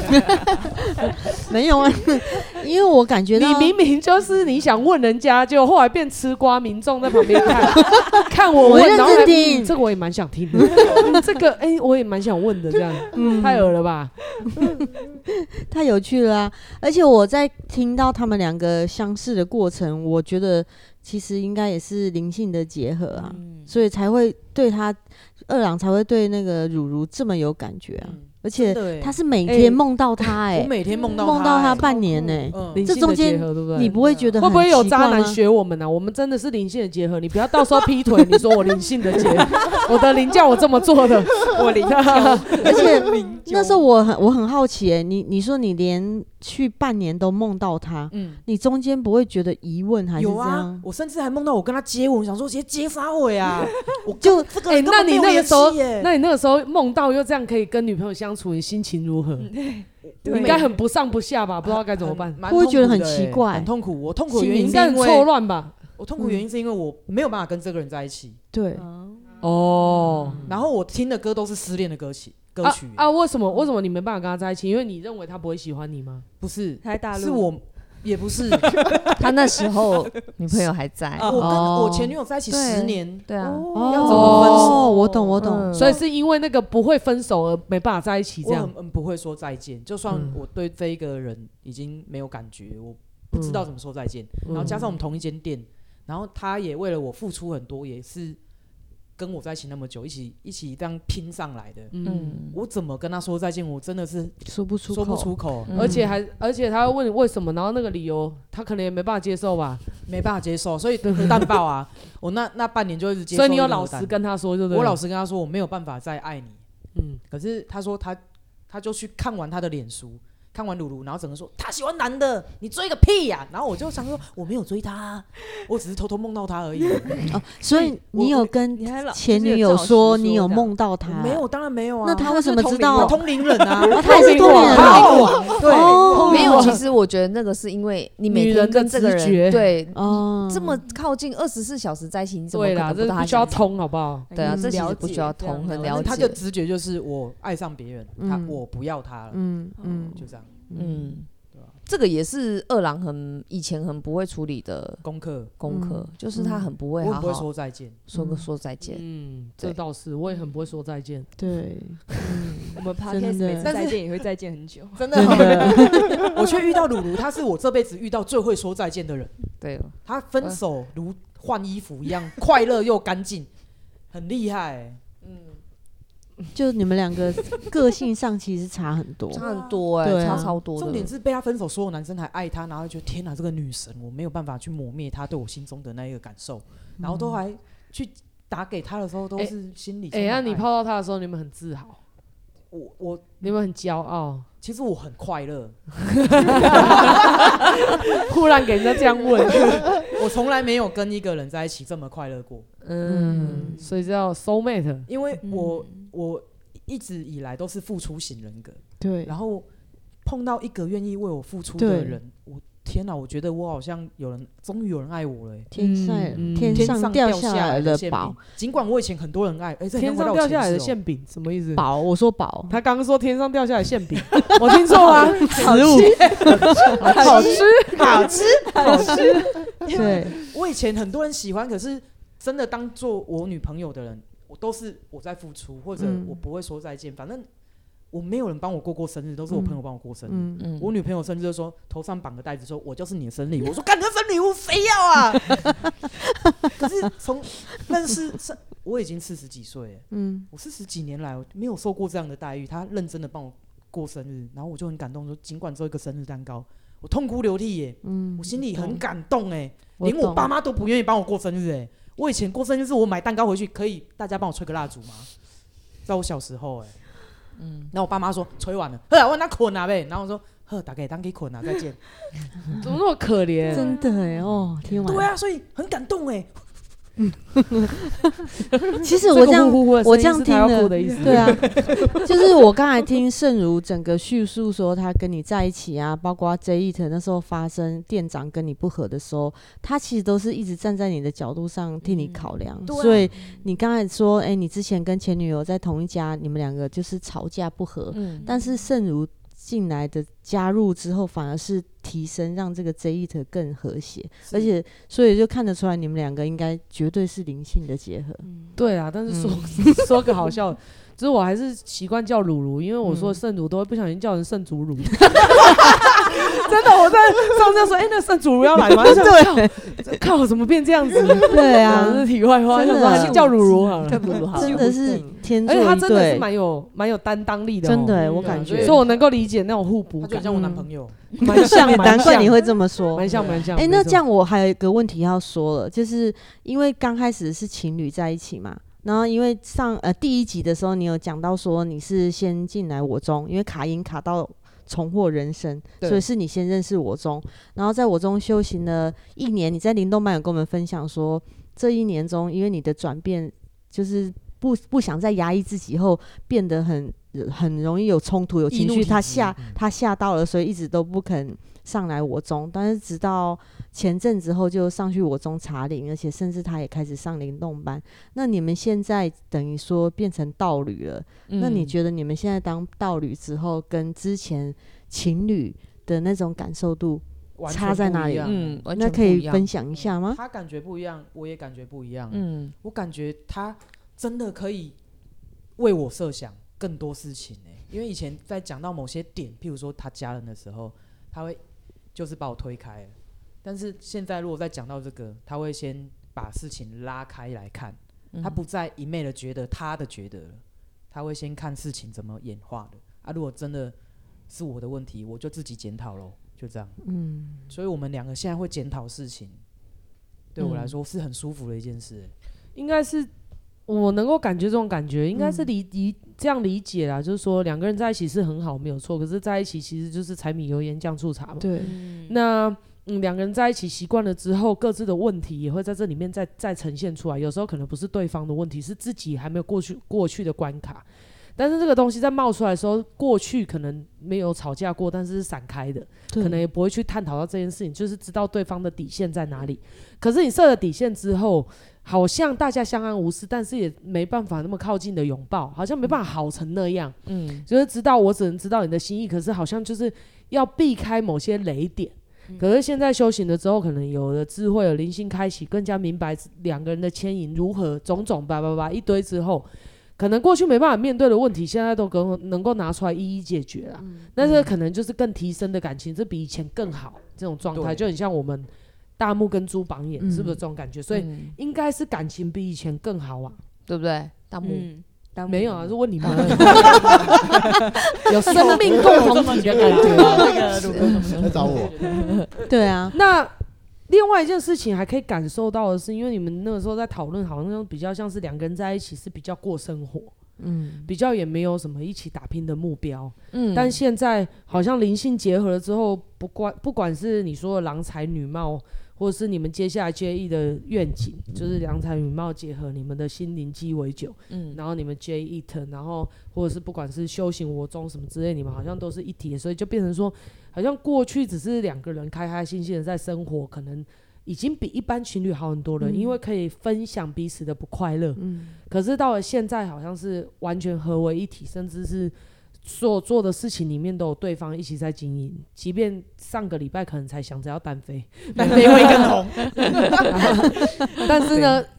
[SPEAKER 5] 没有啊，因为我感觉到
[SPEAKER 2] 你明明就是你想问人家，就后来变吃瓜民众在旁边看我问，
[SPEAKER 5] 认真听，
[SPEAKER 2] 这个我也蛮想听的。这个我也蛮想问的，这样太恶了吧？
[SPEAKER 5] 太有趣了啊！而且我在听到他们两个相识的过程，我觉得其实应该也是灵性的结合啊，所以才会对他二郎才会对那个汝如这么有感觉啊。而且他是每天梦到他
[SPEAKER 1] 我每天梦到
[SPEAKER 5] 他半年
[SPEAKER 2] 这
[SPEAKER 5] 中间你不会觉得
[SPEAKER 2] 会不会有渣男学我们啊？我们真的是灵性的结合，你不要到时候劈腿，你说我灵性的结合，我的灵叫我这么做的，
[SPEAKER 6] 我灵教，
[SPEAKER 5] 而且那时候我很好奇你说你连去半年都梦到他，你中间不会觉得疑问还是这样？有啊，
[SPEAKER 1] 我甚至还梦到我跟他接吻，想说直接接啥尾啊？我
[SPEAKER 5] 就
[SPEAKER 1] 这个那
[SPEAKER 2] 你那个时候梦到又这样可以跟女朋友相处，你心情如何？你应该很不上不下吧？不知道该怎么办，
[SPEAKER 5] 会觉得很奇怪，
[SPEAKER 1] 很痛苦。我痛苦的原因
[SPEAKER 2] 应该很错乱吧？
[SPEAKER 1] 我痛苦原因是因为我没有办法跟这个人在一起。
[SPEAKER 5] 对，
[SPEAKER 1] 然后我听的歌都是失恋的歌曲
[SPEAKER 2] 为什么你没办法跟他在一起？因为你认为他不会喜欢你吗？
[SPEAKER 1] 不是，
[SPEAKER 6] 他在大陆，
[SPEAKER 1] 是我也不是，
[SPEAKER 3] 他那时候女朋友还在。
[SPEAKER 1] 我跟我前女友在一起10年，
[SPEAKER 3] 对啊，
[SPEAKER 1] 要怎么分手？
[SPEAKER 5] 我懂，
[SPEAKER 2] 所以是因为那个不会分手而没办法在一起，这样。
[SPEAKER 1] 我不会说再见，就算我对这一个人已经没有感觉，我不知道怎么说再见。然后加上我们同一间店，然后他也为了我付出很多，也是跟我在一起那么久，一起这样拼上来的。我怎么跟他说再见？我真的是
[SPEAKER 5] 说不出口。
[SPEAKER 2] 而且他会问你为什么，然后那个理由他可能也没办法接受吧？
[SPEAKER 1] 没办法接受，所以核弹爆啊！我那半年就一直接受。
[SPEAKER 2] 所以你有老实跟他说，对不对？
[SPEAKER 1] 我老实跟他说，我没有办法再爱你。可是他说他就去看完他的脸书。看完鲁鲁，然后整个说他喜欢男的，你追个屁呀！然后我就想说我没有追他，我只是偷偷梦到他而已。
[SPEAKER 5] 所以你有跟前女友说你有梦到他？
[SPEAKER 1] 没有，当然没有啊。
[SPEAKER 5] 那他为什么知道？
[SPEAKER 1] 他通灵人啊，
[SPEAKER 5] 他也是通灵人啊。
[SPEAKER 3] 对，没有。其实我觉得那个是因为你每天跟这个人对这么靠近24小时在一起，你怎么可能不知道他？
[SPEAKER 2] 不需要通，好不好？
[SPEAKER 3] 对啊，这其实不需要通，很了解。
[SPEAKER 1] 他的直觉就是我爱上别人，我不要他了。就这样。
[SPEAKER 3] 这个也是二郎以前很不会处理的
[SPEAKER 1] 功课，
[SPEAKER 3] 就是他很不会好好，
[SPEAKER 1] 我不会说再见，
[SPEAKER 3] 说再见。
[SPEAKER 2] 这倒是，我也很不会说再见。
[SPEAKER 5] 对，
[SPEAKER 6] 我们 podcast 每次再见也会再见很久，
[SPEAKER 1] 真的。我却遇到鲁鲁，他是我这辈子遇到最会说再见的人。
[SPEAKER 3] 对，
[SPEAKER 1] 他分手如换衣服一样，快乐又干净，很厉害。
[SPEAKER 5] 就你们两个个性上其实差很多，
[SPEAKER 3] 差很多差超多的。
[SPEAKER 1] 重点是被他分手，所有男生还爱他，然后觉得天哪，这个女神，我没有办法去抹灭她对我心中的那一个感受，然后都还去打给他的时候，都是心里。
[SPEAKER 2] 那你泡到他的时候，你们很自豪，你们很骄傲。
[SPEAKER 1] 其实我很快乐，
[SPEAKER 2] 忽然给人家这样问，
[SPEAKER 1] 我从来没有跟一个人在一起这么快乐过。
[SPEAKER 2] 所以叫 soul mate，
[SPEAKER 1] 因为我一直以来都是付出型人格，
[SPEAKER 5] 对，
[SPEAKER 1] 然后碰到一个愿意为我付出的人，我天哪，我觉得我好像终于有人爱我了。
[SPEAKER 5] 天上掉下来的宝，
[SPEAKER 1] 尽管我以前很多人爱，
[SPEAKER 2] 天上掉下来的馅饼什么意思？
[SPEAKER 5] 宝，我说宝，
[SPEAKER 2] 他刚刚说天上掉下来馅饼，我听错吗？
[SPEAKER 5] 食物，
[SPEAKER 2] 好吃。
[SPEAKER 5] 对，
[SPEAKER 1] 我以前很多人喜欢，可是真的当做我女朋友的人，都是我在付出，或者我不会说再见，反正我没有人帮我过生日，都是我朋友帮我过生日。我女朋友生日就说头上绑个带子，说我就是你的生日礼物。我说干，这生日礼物谁要啊？可是从认识我已经40几岁了，我40几年来我没有受过这样的待遇。他认真的帮我过生日，然后我就很感动，说尽管只有一个生日蛋糕，我痛哭流涕耶，我心里很感动哎，连我爸妈都不愿意帮我过生日哎。我以前过生日是我买蛋糕回去，可以大家帮我吹个蜡烛吗？在我小时候哎。然后我爸妈说吹完了，我那捆啊呗，然后我说呵，大概当给捆啊，再见。
[SPEAKER 2] 怎么那么可怜？
[SPEAKER 5] 真的哎，哦，听完。
[SPEAKER 1] 对啊，所以很感动哎。
[SPEAKER 5] 其实我这样听的，对啊，就是我刚才听盛如整个叙述说他跟你在一起啊，包括 J-Eat 那时候发生店长跟你不合的时候，他其实都是一直站在你的角度上替你考量。所以你刚才说，你之前跟前女友在同一家，你们两个就是吵架不合，但是盛如进来的加入之后，反而是提升，让这个 J-Eat 更和谐，而且所以就看得出来，你们两个应该绝对是灵性的结合。
[SPEAKER 2] 对啊，但是说个好笑，就是我还是习惯叫乳乳，因为我说圣乳都会不小心叫成圣祖乳。真的，我在上次说，那圣祖乳要来吗？对，靠，怎么变这样子？
[SPEAKER 5] 对啊，
[SPEAKER 2] 这是题外话，还是叫乳乳好了。
[SPEAKER 5] 真的是天作一对，
[SPEAKER 2] 而且他真的是蛮有担当力的，
[SPEAKER 5] 真的我感觉，
[SPEAKER 2] 所以我能够理解那种互补感。
[SPEAKER 1] 他就像我男朋友，
[SPEAKER 2] 蛮像，
[SPEAKER 5] 难怪你会这么说，
[SPEAKER 2] 蛮像。
[SPEAKER 5] 那这样我还有一个问题要说了，就是因为刚开始是情侣在一起嘛。然后因为第1集的时候，你有讲到说你是先进来我中，因为卡音卡到重获人生，所以是你先认识我中，然后在我中修行了1年。你在灵动班有跟我们分享说，这1年中，因为你的转变就是不想再压抑自己后，变得很容易有冲突、有情绪，他吓到了，所以一直都不肯上来我中。但是直到前阵子后就上去我中查灵，而且甚至他也开始上灵动班。那你们现在等于说变成道侣了，那你觉得你们现在当道侣之后，跟之前情侣的那种感受度差在哪里？那可以分享一下吗？
[SPEAKER 1] 他感觉不一样，我也感觉不一样。我感觉他真的可以为我设想更多事情因为以前在讲到某些点，譬如说他家人的时候，他会就是把我推开了，但是现在如果再讲到这个，他会先把事情拉开来看，他不再一昧的觉得他的觉得了，他会先看事情怎么演化的啊。如果真的是我的问题，我就自己检讨咯，就这样。所以我们两个现在会检讨事情，对我来说是很舒服的一件事。
[SPEAKER 2] 应该是我能够感觉这种感觉，应该是这样理解啦，就是说2个人在一起是很好没有错，可是在一起其实就是柴米油盐酱醋茶嘛。
[SPEAKER 5] 对，
[SPEAKER 2] 那2个人在一起习惯了之后，各自的问题也会在这里面再呈现出来。有时候可能不是对方的问题，是自己还没有过去的关卡。但是这个东西在冒出来的时候，过去可能没有吵架过，但是是闪开的，可能也不会去探讨到这件事情，就是知道对方的底线在哪里。可是你设了底线之后，好像大家相安无事，但是也没办法那么靠近的拥抱，好像没办法好成那样。就是知道我只能知道你的心意，可是好像就是要避开某些雷点。可是现在修行了之后，可能有了智慧，有灵性开启，更加明白2个人的牵引如何，种种一堆之后，可能过去没办法面对的问题，现在都能够拿出来一一解决了。那这个可能就是更提升的感情，这比以前更好这种状态，就很像我们大木跟猪榜眼，是不是这种感觉？所以应该是感情比以前更好啊，
[SPEAKER 3] 对不对？大木。
[SPEAKER 2] 没有啊，是问你们有生命共同体的感觉。
[SPEAKER 7] 来找我。
[SPEAKER 5] 对啊。
[SPEAKER 2] 那另外一件事情还可以感受到的是，因为你们那个时候在讨论，好像比较像是2个人在一起是比较过生活，比较也没有什么一起打拼的目标。但现在好像灵性结合了之后，不管是你说的郎才女貌，或者是你们接下来J-Eat的愿景，就是郎才女貌结合你们的心灵鸡尾酒，然后你们J-Eat，然后或者是不管是修行我中什么之类，你们好像都是一体，所以就变成说，好像过去只是2个人开开心心的在生活，可能已经比一般情侣好很多了，因为可以分享彼此的不快乐。可是到了现在，好像是完全合为一体，甚至是所做的事情里面都有对方一起在经营，即便上个礼拜可能才想着要单飞，单飞会更红。但是呢，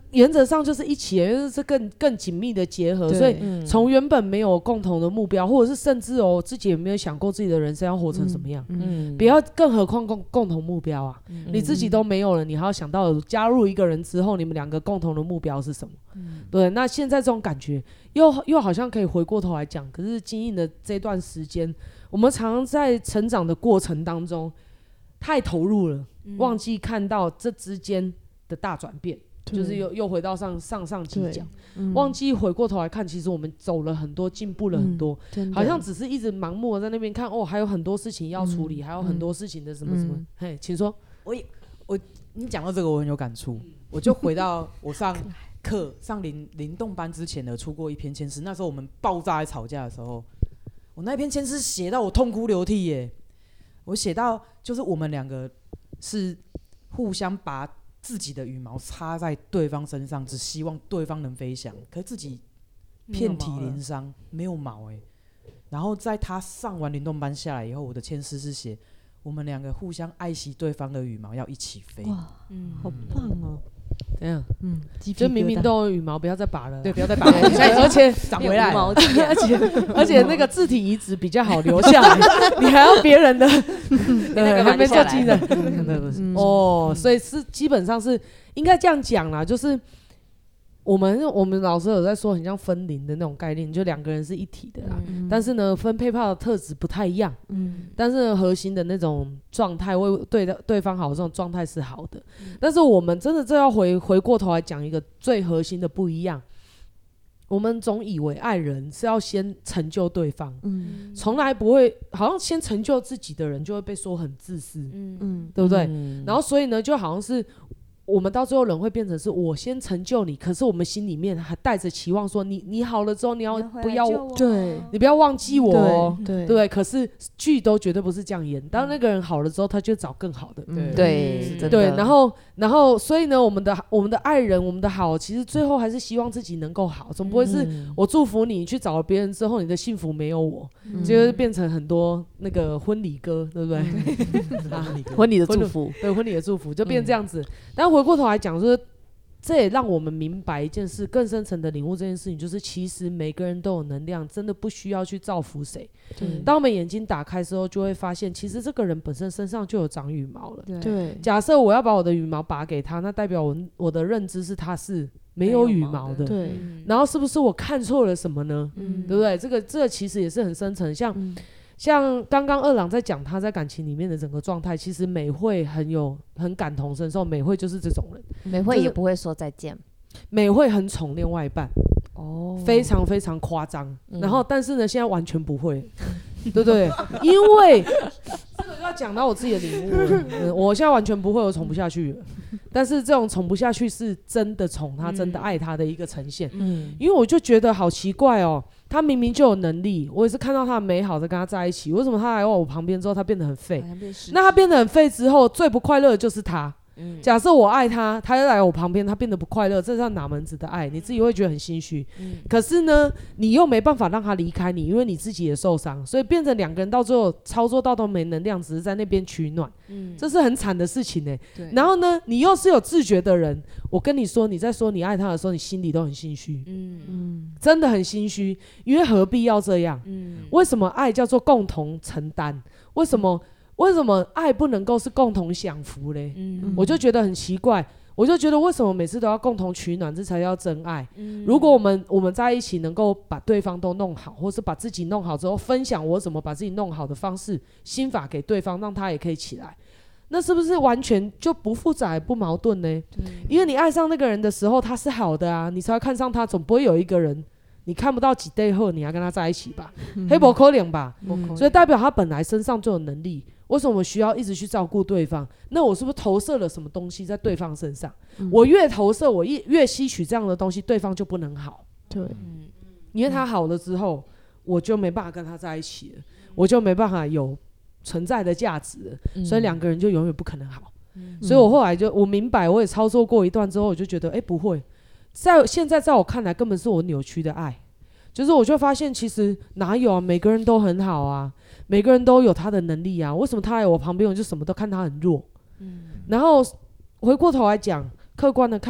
[SPEAKER 2] 原则上就是一起，因为是更紧密的结合，所以从原本没有共同的目标，或者是甚至自己也没有想过自己的人生要活成什么样，不要，更何况共同目标啊，你自己都没有了，你还要想到加入一个人之后，你们两个共同的目标是什么？对，那现在这种感觉又好像可以回过头来讲，可是经营的这段时间，我们常常在成长的过程当中太投入了，忘记看到这之间的大转变。就是又回到上集讲，忘记回过头来看，其实我们走了很多，进步了很多，好像只是一直盲目的在那边看，还有很多事情要处理，还有很多事情的什么什么。嘿，请说。
[SPEAKER 1] 你讲到这个我很有感触，我就回到我上灵动班之前的出过一篇签诗，那时候我们爆炸在吵架的时候，我那篇签诗写到我痛哭流涕耶，我写到就是我们两个是互相把自己的羽毛插在对方身上，只希望对方能飞翔，可是自己遍体鳞伤，没有毛然后在他上完灵动班下来以后，我的签诗是写我们两个互相爱惜对方的羽毛，要一起飞。
[SPEAKER 5] 哇，好棒哦！
[SPEAKER 2] 怎样？就明明都有羽毛，不要再拔了。
[SPEAKER 1] 对，不要再拔了，而且长回来了，
[SPEAKER 2] 而且那个自体移植比较好留下来，你还要别人的，还没做机的。所以是基本上是应该这样讲啦，就是我们老师有在说，很像分灵的那种概念，就两个人是一体的啦。但是呢，分配炮的特质不太一样。但是核心的那种状态，为对方好的这种状态是好的。但是我们真的要回过头来讲一个最核心的不一样。我们总以为爱人是要先成就对方，从来不会，好像先成就自己的人就会被说很自私，对不对？然后所以呢，就好像是。我们到最后人会变成是我先成就你，可是我们心里面还带着期望说你好了之后你要不要
[SPEAKER 5] 对，
[SPEAKER 2] 你不要忘记我哦，
[SPEAKER 5] 对，
[SPEAKER 2] 可是剧都绝对不是这样演，当那个人好了之后他就找更好的，
[SPEAKER 3] 对，
[SPEAKER 2] 然后所以呢我们的爱人，我们的好其实最后还是希望自己能够好，总不会是我祝福你去找了别人之后你的幸福没有我，就会变成很多那个婚礼歌，对不对？
[SPEAKER 3] 婚礼的祝福，
[SPEAKER 2] 对，婚礼的祝福就变这样子。但回过头来讲，就是这也让我们明白一件事，更深层的领悟这件事情，就是其实每个人都有能量，真的不需要去造福谁。当我们眼睛打开之后，就会发现，其实这个人本身身上就有长羽毛了。
[SPEAKER 5] 对，
[SPEAKER 2] 假设我要把我的羽毛拔给他，那代表我的认知是他是没有羽毛的。
[SPEAKER 5] 对，
[SPEAKER 2] 然后是不是我看错了什么呢？对不对？这个其实也是很深层，像刚刚二郎在讲他在感情里面的整个状态，其实美惠很感同身受，美惠就是这种人，
[SPEAKER 3] 美惠也不会说再见，
[SPEAKER 2] 美惠很宠另外一半，非常非常夸张，然后但是呢现在完全不会，对不对？因为这个就要讲到我自己的领悟了，我现在完全不会，我宠不下去了，但是这种宠不下去是真的宠他，真的爱他的一个呈现，因为我就觉得好奇怪哦。他明明就有能力，我也是看到他的美好在跟他在一起，为什么他来我旁边之后他变得很废？那他变得很废之后，最不快乐的就是他。假设我爱他，他又来我旁边，他变得不快乐，这是哪门子的爱？你自己会觉得很心虚。可是呢，你又没办法让他离开你，因为你自己也受伤，所以变成两个人到最后操作到都没能量，只是在那边取暖。这是很惨的事情欸。然后呢，你又是有自觉的人，我跟你说，你在说你爱他的时候，你心里都很心虚。真的很心虚，因为何必要这样？为什么爱叫做共同承担？为什么爱不能够是共同享福嘞？我就觉得很奇怪，我就觉得为什么每次都要共同取暖，这才叫真爱？如果我们在一起能够把对方都弄好，或是把自己弄好之后，分享我怎么把自己弄好的方式、心法给对方，让他也可以起来，那是不是完全就不复杂也不矛盾呢？因为你爱上那个人的时候，他是好的啊，你才会看上他，总不会有一个人你看不到几 day 后你要跟他在一起吧？黑不可能吧？所以代表他本来身上就有能力。为什么我需要一直去照顾对方？那我是不是投射了什么东西在对方身上？我越投射，我越吸取这样的东西，对方就不能好。
[SPEAKER 5] 对，
[SPEAKER 2] 因为他好了之后，我就没办法跟他在一起了，我就没办法有存在的价值了，所以两个人就永远不可能好。所以我后来我明白，我也操作过一段之后，我就觉得，不会，现在在我看来，根本是我扭曲的爱。就是我就发现，其实哪有啊？每个人都很好啊，每个人都有他的能力啊。为什么他来我旁边，我就什么都看他很弱？然后回过头来讲，客观的看，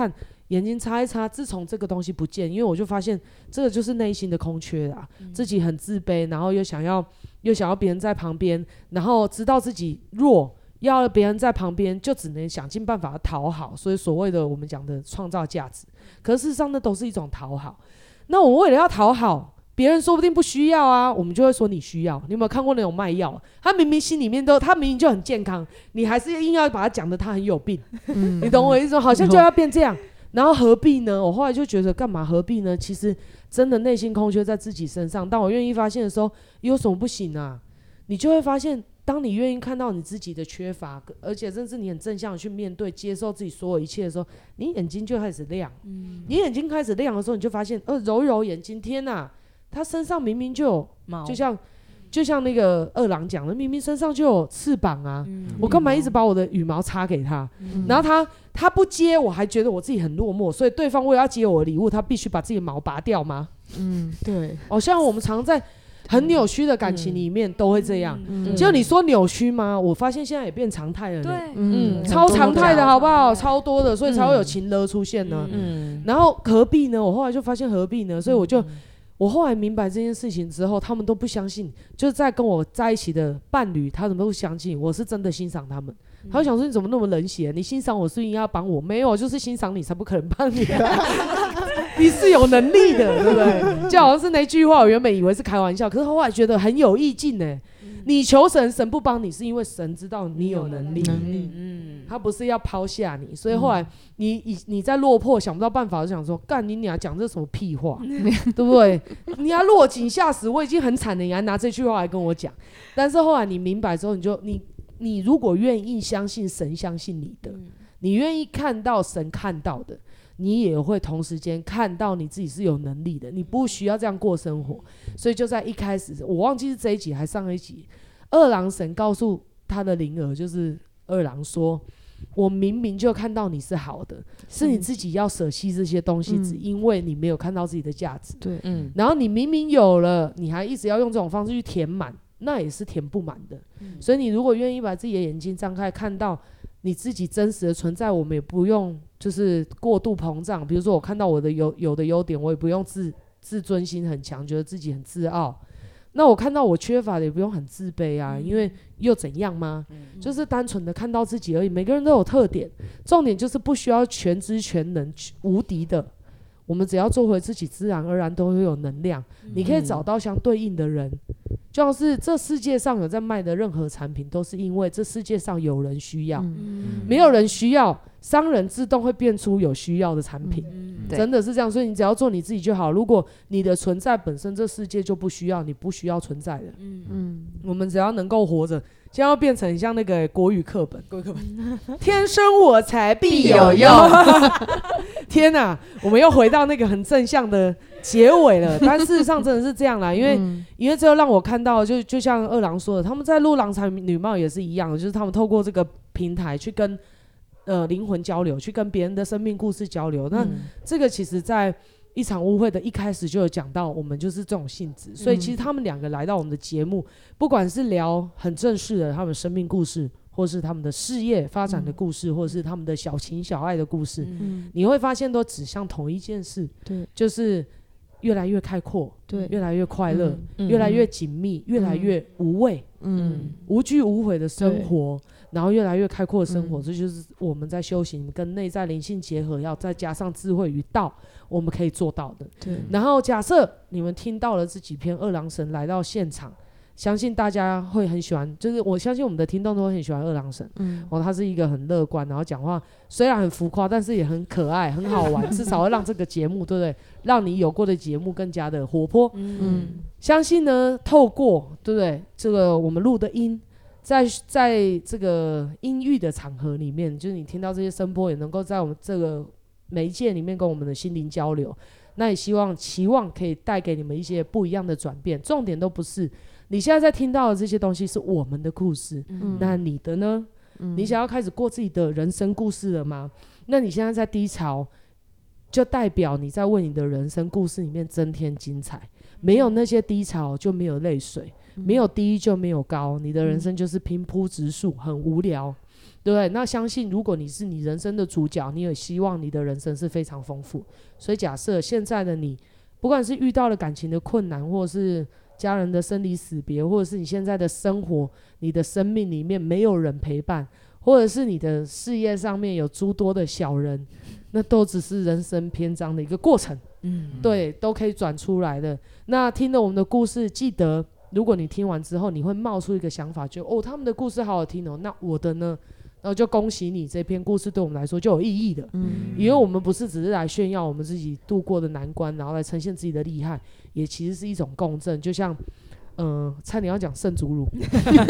[SPEAKER 2] 眼睛擦一擦，自从这个东西不见，因为我就发现这个就是内心的空缺啦，自己很自卑，然后又想要别人在旁边，然后知道自己弱，要别人在旁边，就只能想尽办法讨好，所以所谓的我们讲的创造价值，可是事实上那都是一种讨好。那我们为了要讨好别人，说不定不需要啊，我们就会说你需要。你有没有看过那种卖药？他明明心里面他明明就很健康，你还是硬要把他讲的他很有病，你懂我意思吗？好像就要变这样，然后何必呢？我后来就觉得干嘛何必呢？其实真的内心空缺在自己身上，当我愿意发现的时候，有什么不行啊？你就会发现，当你愿意看到你自己的缺乏，而且甚至你很正向的去面对、接受自己所有一切的时候，你眼睛就开始亮。你眼睛开始亮的时候，你就发现，揉一揉眼睛，天哪，他身上明明就有毛，就像那个二郎讲的，明明身上就有翅膀啊，我干嘛一直把我的羽毛插给他？然后他不接，我还觉得我自己很落寞，所以对方为了要接我的礼物，他必须把自己的毛拔掉吗？
[SPEAKER 5] 对。
[SPEAKER 2] 像我们常在很扭曲的感情里面都会这样。结果你说扭曲吗？我发现现在也变常态了呢。
[SPEAKER 6] 对，
[SPEAKER 2] 超常态的好不好？超多的，所以才会有情勒出现呢。然后何必呢？我后来就发现何必呢？所以我后来明白这件事情之后，他们都不相信，就是在跟我在一起的伴侣，他们都不相信我是真的欣赏他们。他会想说你怎么那么冷血？你欣赏我是应该要帮我？没有，就是欣赏你才不可能帮你。你是有能力的，对不对？就好像是那句话，我原本以为是开玩笑，可是后来觉得很有意境呢。你求神，神不帮你，是因为神知道你有能力。他不是要抛下你，所以后来你在落魄想不到办法，就想说干你娘讲这什么屁话，对不对？你要落井下石，我已经很惨了，你还拿这句话来跟我讲。但是后来你明白之后，你如果愿意相信神相信你的，你愿意看到神看到的，你也会同时间看到你自己是有能力的，你不需要这样过生活。所以就在一开始，我忘记是这一集还是上一集，二郎神告诉他的灵儿，就是二郎说，我明明就看到你是好的，是你自己要舍弃这些东西，只因为你没有看到自己的价值。
[SPEAKER 5] 对，
[SPEAKER 2] 然后你明明有了，你还一直要用这种方式去填满，那也是填不满的。所以你如果愿意把自己的眼睛张开，看到你自己真实的存在，我们也不用就是过度膨胀。比如说我看到我的有的优点，我也不用自尊心很强，觉得自己很自傲。那我看到我缺乏的也不用很自卑啊，因为又怎样吗？就是单纯的看到自己而已。每个人都有特点，重点就是不需要全知全能无敌的，我们只要做回自己，自然而然都会有能量。你可以找到相对应的人，就像是这世界上有在卖的任何产品，都是因为这世界上有人需要，没有人需要，商人自动会变出有需要的产品。真的是这样，所以你只要做你自己就好。如果你的存在本身这世界就不需要，你不需要存在的。我们只要能够活着，现在要变成像那个国语课本，天生我材必有用。天哪，我们又回到那个很正向的结尾了。但事实上真的是这样啦，因为这让我看到，就像二郎说的，他们在录《郎才女貌》也是一样的，就是他们透过这个平台去跟灵魂交流，去跟别人的生命故事交流。那这个其实在一场误会的一开始就有讲到，我们就是这种性质。所以其实他们两个来到我们的节目，不管是聊很正式的他们生命故事，或是他们的事业发展的故事，或是他们的小情小爱的故事，你会发现都指向同一件事，就是越来越开阔，越来越快乐，越来越紧密，越来越无畏，无惧无悔的生活，然后越来越开阔的生活。这就是我们在修行跟内在灵性结合，要再加上智慧与道，我们可以做到的。然后假设你们听到了这几篇二郎神来到现场，相信大家会很喜欢，就是我相信我们的听众都会很喜欢二郎神。他是一个很乐观，然后讲话虽然很浮夸，但是也很可爱很好玩，至少会让这个节目，对不对？让你有过的节目更加的活泼。相信呢，透过对不对这个我们录的音，在这个音域的场合里面，就是你听到这些声波，也能够在我们这个媒介里面跟我们的心灵交流。那也期望可以带给你们一些不一样的转变。重点都不是你现在在听到的这些东西是我们的故事，那你的呢？你想要开始过自己的人生故事了吗？那你现在在低潮，就代表你在为你的人生故事里面增添精彩。没有那些低潮就没有泪水，没有低就没有高，你的人生就是平铺直述，很无聊。 对不对？那相信如果你是你人生的主角，你也希望你的人生是非常丰富。所以假设现在的你，不管是遇到了感情的困难，或者是家人的生离死别，或者是你现在的生活，你的生命里面没有人陪伴，或者是你的事业上面有诸多的小人，那都只是人生篇章的一个过程。对，都可以转出来的。那听了我们的故事，记得如果你听完之后，你会冒出一个想法，就他们的故事好好听哦，那我的呢？然后就恭喜你，这篇故事对我们来说就有意义的。因为我们不是只是来炫耀我们自己度过的难关，然后来呈现自己的厉害，也其实是一种共振。就像差点要讲圣祖乳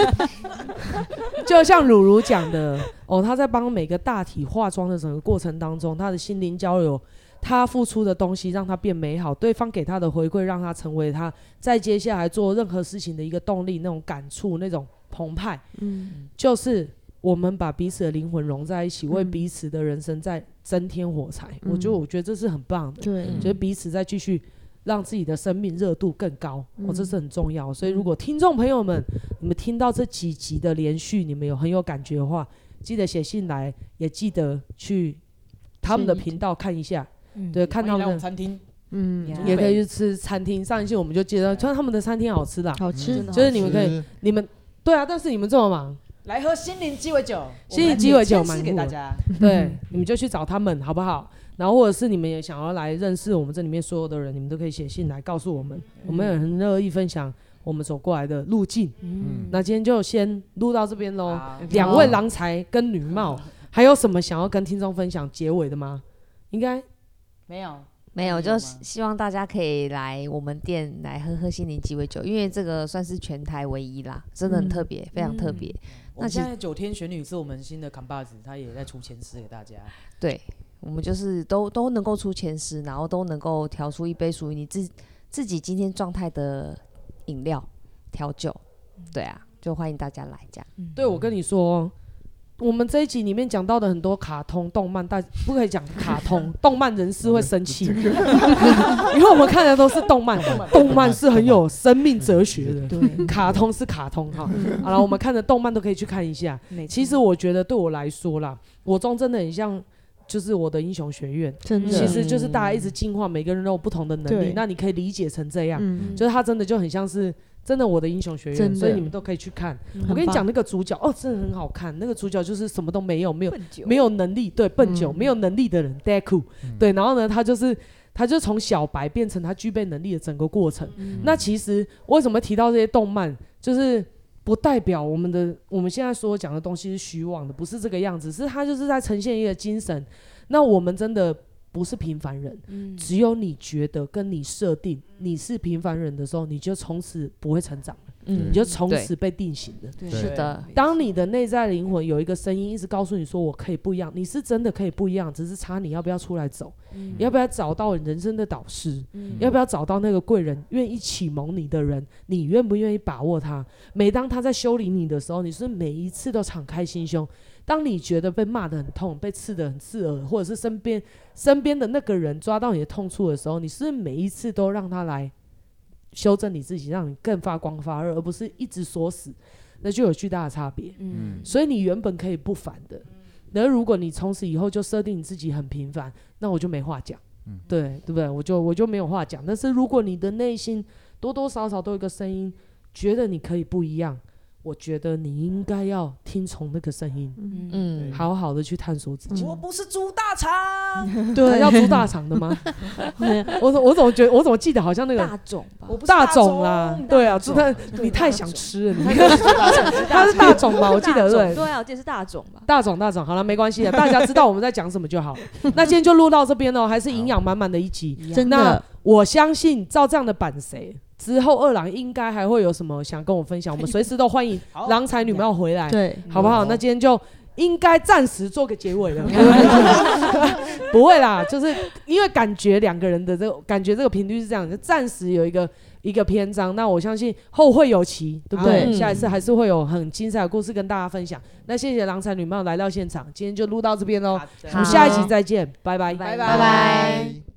[SPEAKER 2] 就像乳乳讲的他在帮每个大体化妆的整个过程当中，他的心灵交流，他付出的东西让他变美好，对方给他的回馈让他成为他在接下来做任何事情的一个动力，那种感触，那种澎湃。就是我们把彼此的灵魂融在一起，为彼此的人生再增添火柴。我觉得这是很棒的，
[SPEAKER 5] 对，
[SPEAKER 2] 就是彼此再继续让自己的生命热度更高，这是很重要。所以如果听众朋友们，你们听到这几集的连续，你们很有感觉的话，记得写信来，也记得去他们的频道看一下。对，看他们的
[SPEAKER 1] 餐厅，
[SPEAKER 2] 也可以去吃餐厅。上一期我们就介绍，他们的餐厅好吃啦，
[SPEAKER 5] 好吃，
[SPEAKER 2] 就是你们可以，你们对啊，但是你们这么忙，
[SPEAKER 1] 来喝心灵鸡尾酒，
[SPEAKER 2] 心灵鸡尾酒
[SPEAKER 1] 蛮给大家，
[SPEAKER 2] 对，你们就去找他们好不好？然后或者是你们也想要来认识我们这里面所有的人，你们都可以写信来告诉我们，我们也很乐意分享我们走过来的路径。那今天就先录到这边咯。两位郎才跟女貌，还有什么想要跟听众分享结尾的吗？应该
[SPEAKER 3] 没有，就希望大家可以来我们店来喝心灵鸡尾酒，因为这个算是全台唯一啦，真的很特别，非常特别。
[SPEAKER 1] 那现在9天玄女是我们新的扛把子，她也在出前诗给大家。
[SPEAKER 3] 对，我们就是都能够出前诗，然后都能够调出一杯属于你自己今天状态的饮料调酒。对啊，就欢迎大家来这样。
[SPEAKER 2] 对，我跟你说，我们这一集里面讲到的很多卡通动漫，但不可以讲卡通动漫人士会生气，因为我们看的都是动漫，动漫是很有生命哲学的，对，卡通是卡通哈。好了，我们看的动漫都可以去看一下。其实我觉得对我来说啦，我中真的很像。就是我的英雄学院，真的，其实就是大家一直进化，每个人都有不同的能力，那你可以理解成这样，就是他真的就很像是真的我的英雄学院，所以你们都可以去看。我跟你讲那个主角真的很好看，那个主角就是什么都没有能力，对，笨九，没有能力的人 Deku，对，然后呢他就从小白变成他具备能力的整个过程。那其实为什么提到这些动漫，就是不代表我们现在所讲的东西是虚妄的，不是这个样子，是它就是在呈现一个精神。那我们真的不是平凡人，只有你觉得跟你设定你是平凡人的时候，你就从此不会成长了，你就从此被定型了。
[SPEAKER 3] 是的，
[SPEAKER 2] 当你的内在灵魂有一个声音一直告诉你说我可以不一样，你是真的可以不一样，只是差你要不要出来走，要不要找到你人生的导师，要不要找到那个贵人愿意启蒙你的人，你愿不愿意把握他。每当他在修理你的时候，你是每一次都敞开心胸。当你觉得被骂得很痛，被刺得很刺耳，或者是身边的那个人抓到你的痛处的时候，你是每一次都让他来修正你自己，让你更发光发热，而不是一直锁死，那就有巨大的差别。所以你原本可以不烦的，那如果你从此以后就设定你自己很平凡，那我就没话讲，对不对？我就没有话讲。但是如果你的内心多多少少都有一个声音，觉得你可以不一样，我觉得你应该要听从那个声音，好好的去探索自己。
[SPEAKER 1] 我不是猪大肠，
[SPEAKER 2] 对，要猪大肠的吗？我怎么记得好像那个
[SPEAKER 6] 大种吧？
[SPEAKER 2] 大种啦，对啊，你太想吃了，他是大种吧？我记得对，
[SPEAKER 6] 对啊，我记得是大种吧？
[SPEAKER 2] 大种，好了，没关系了，大家知道我们在讲什么就好了。那今天就录到这边哦，还是营养满满的一集，
[SPEAKER 5] 真的。
[SPEAKER 2] 那我相信照这样的版谁之后二郎应该还会有什么想跟我分享，我们随时都欢迎郎才女貌回来，对，好不好？那今天就应该暂时做个结尾了，不会啦，就是因为感觉两个人的这个频率是这样，就暂时有一个篇章。那我相信后会有期，对不对？下一次还是会有很精彩的故事跟大家分享。那谢谢郎才女貌来到现场，今天就录到这边喽，我们下一集再见，拜拜，
[SPEAKER 1] 拜拜。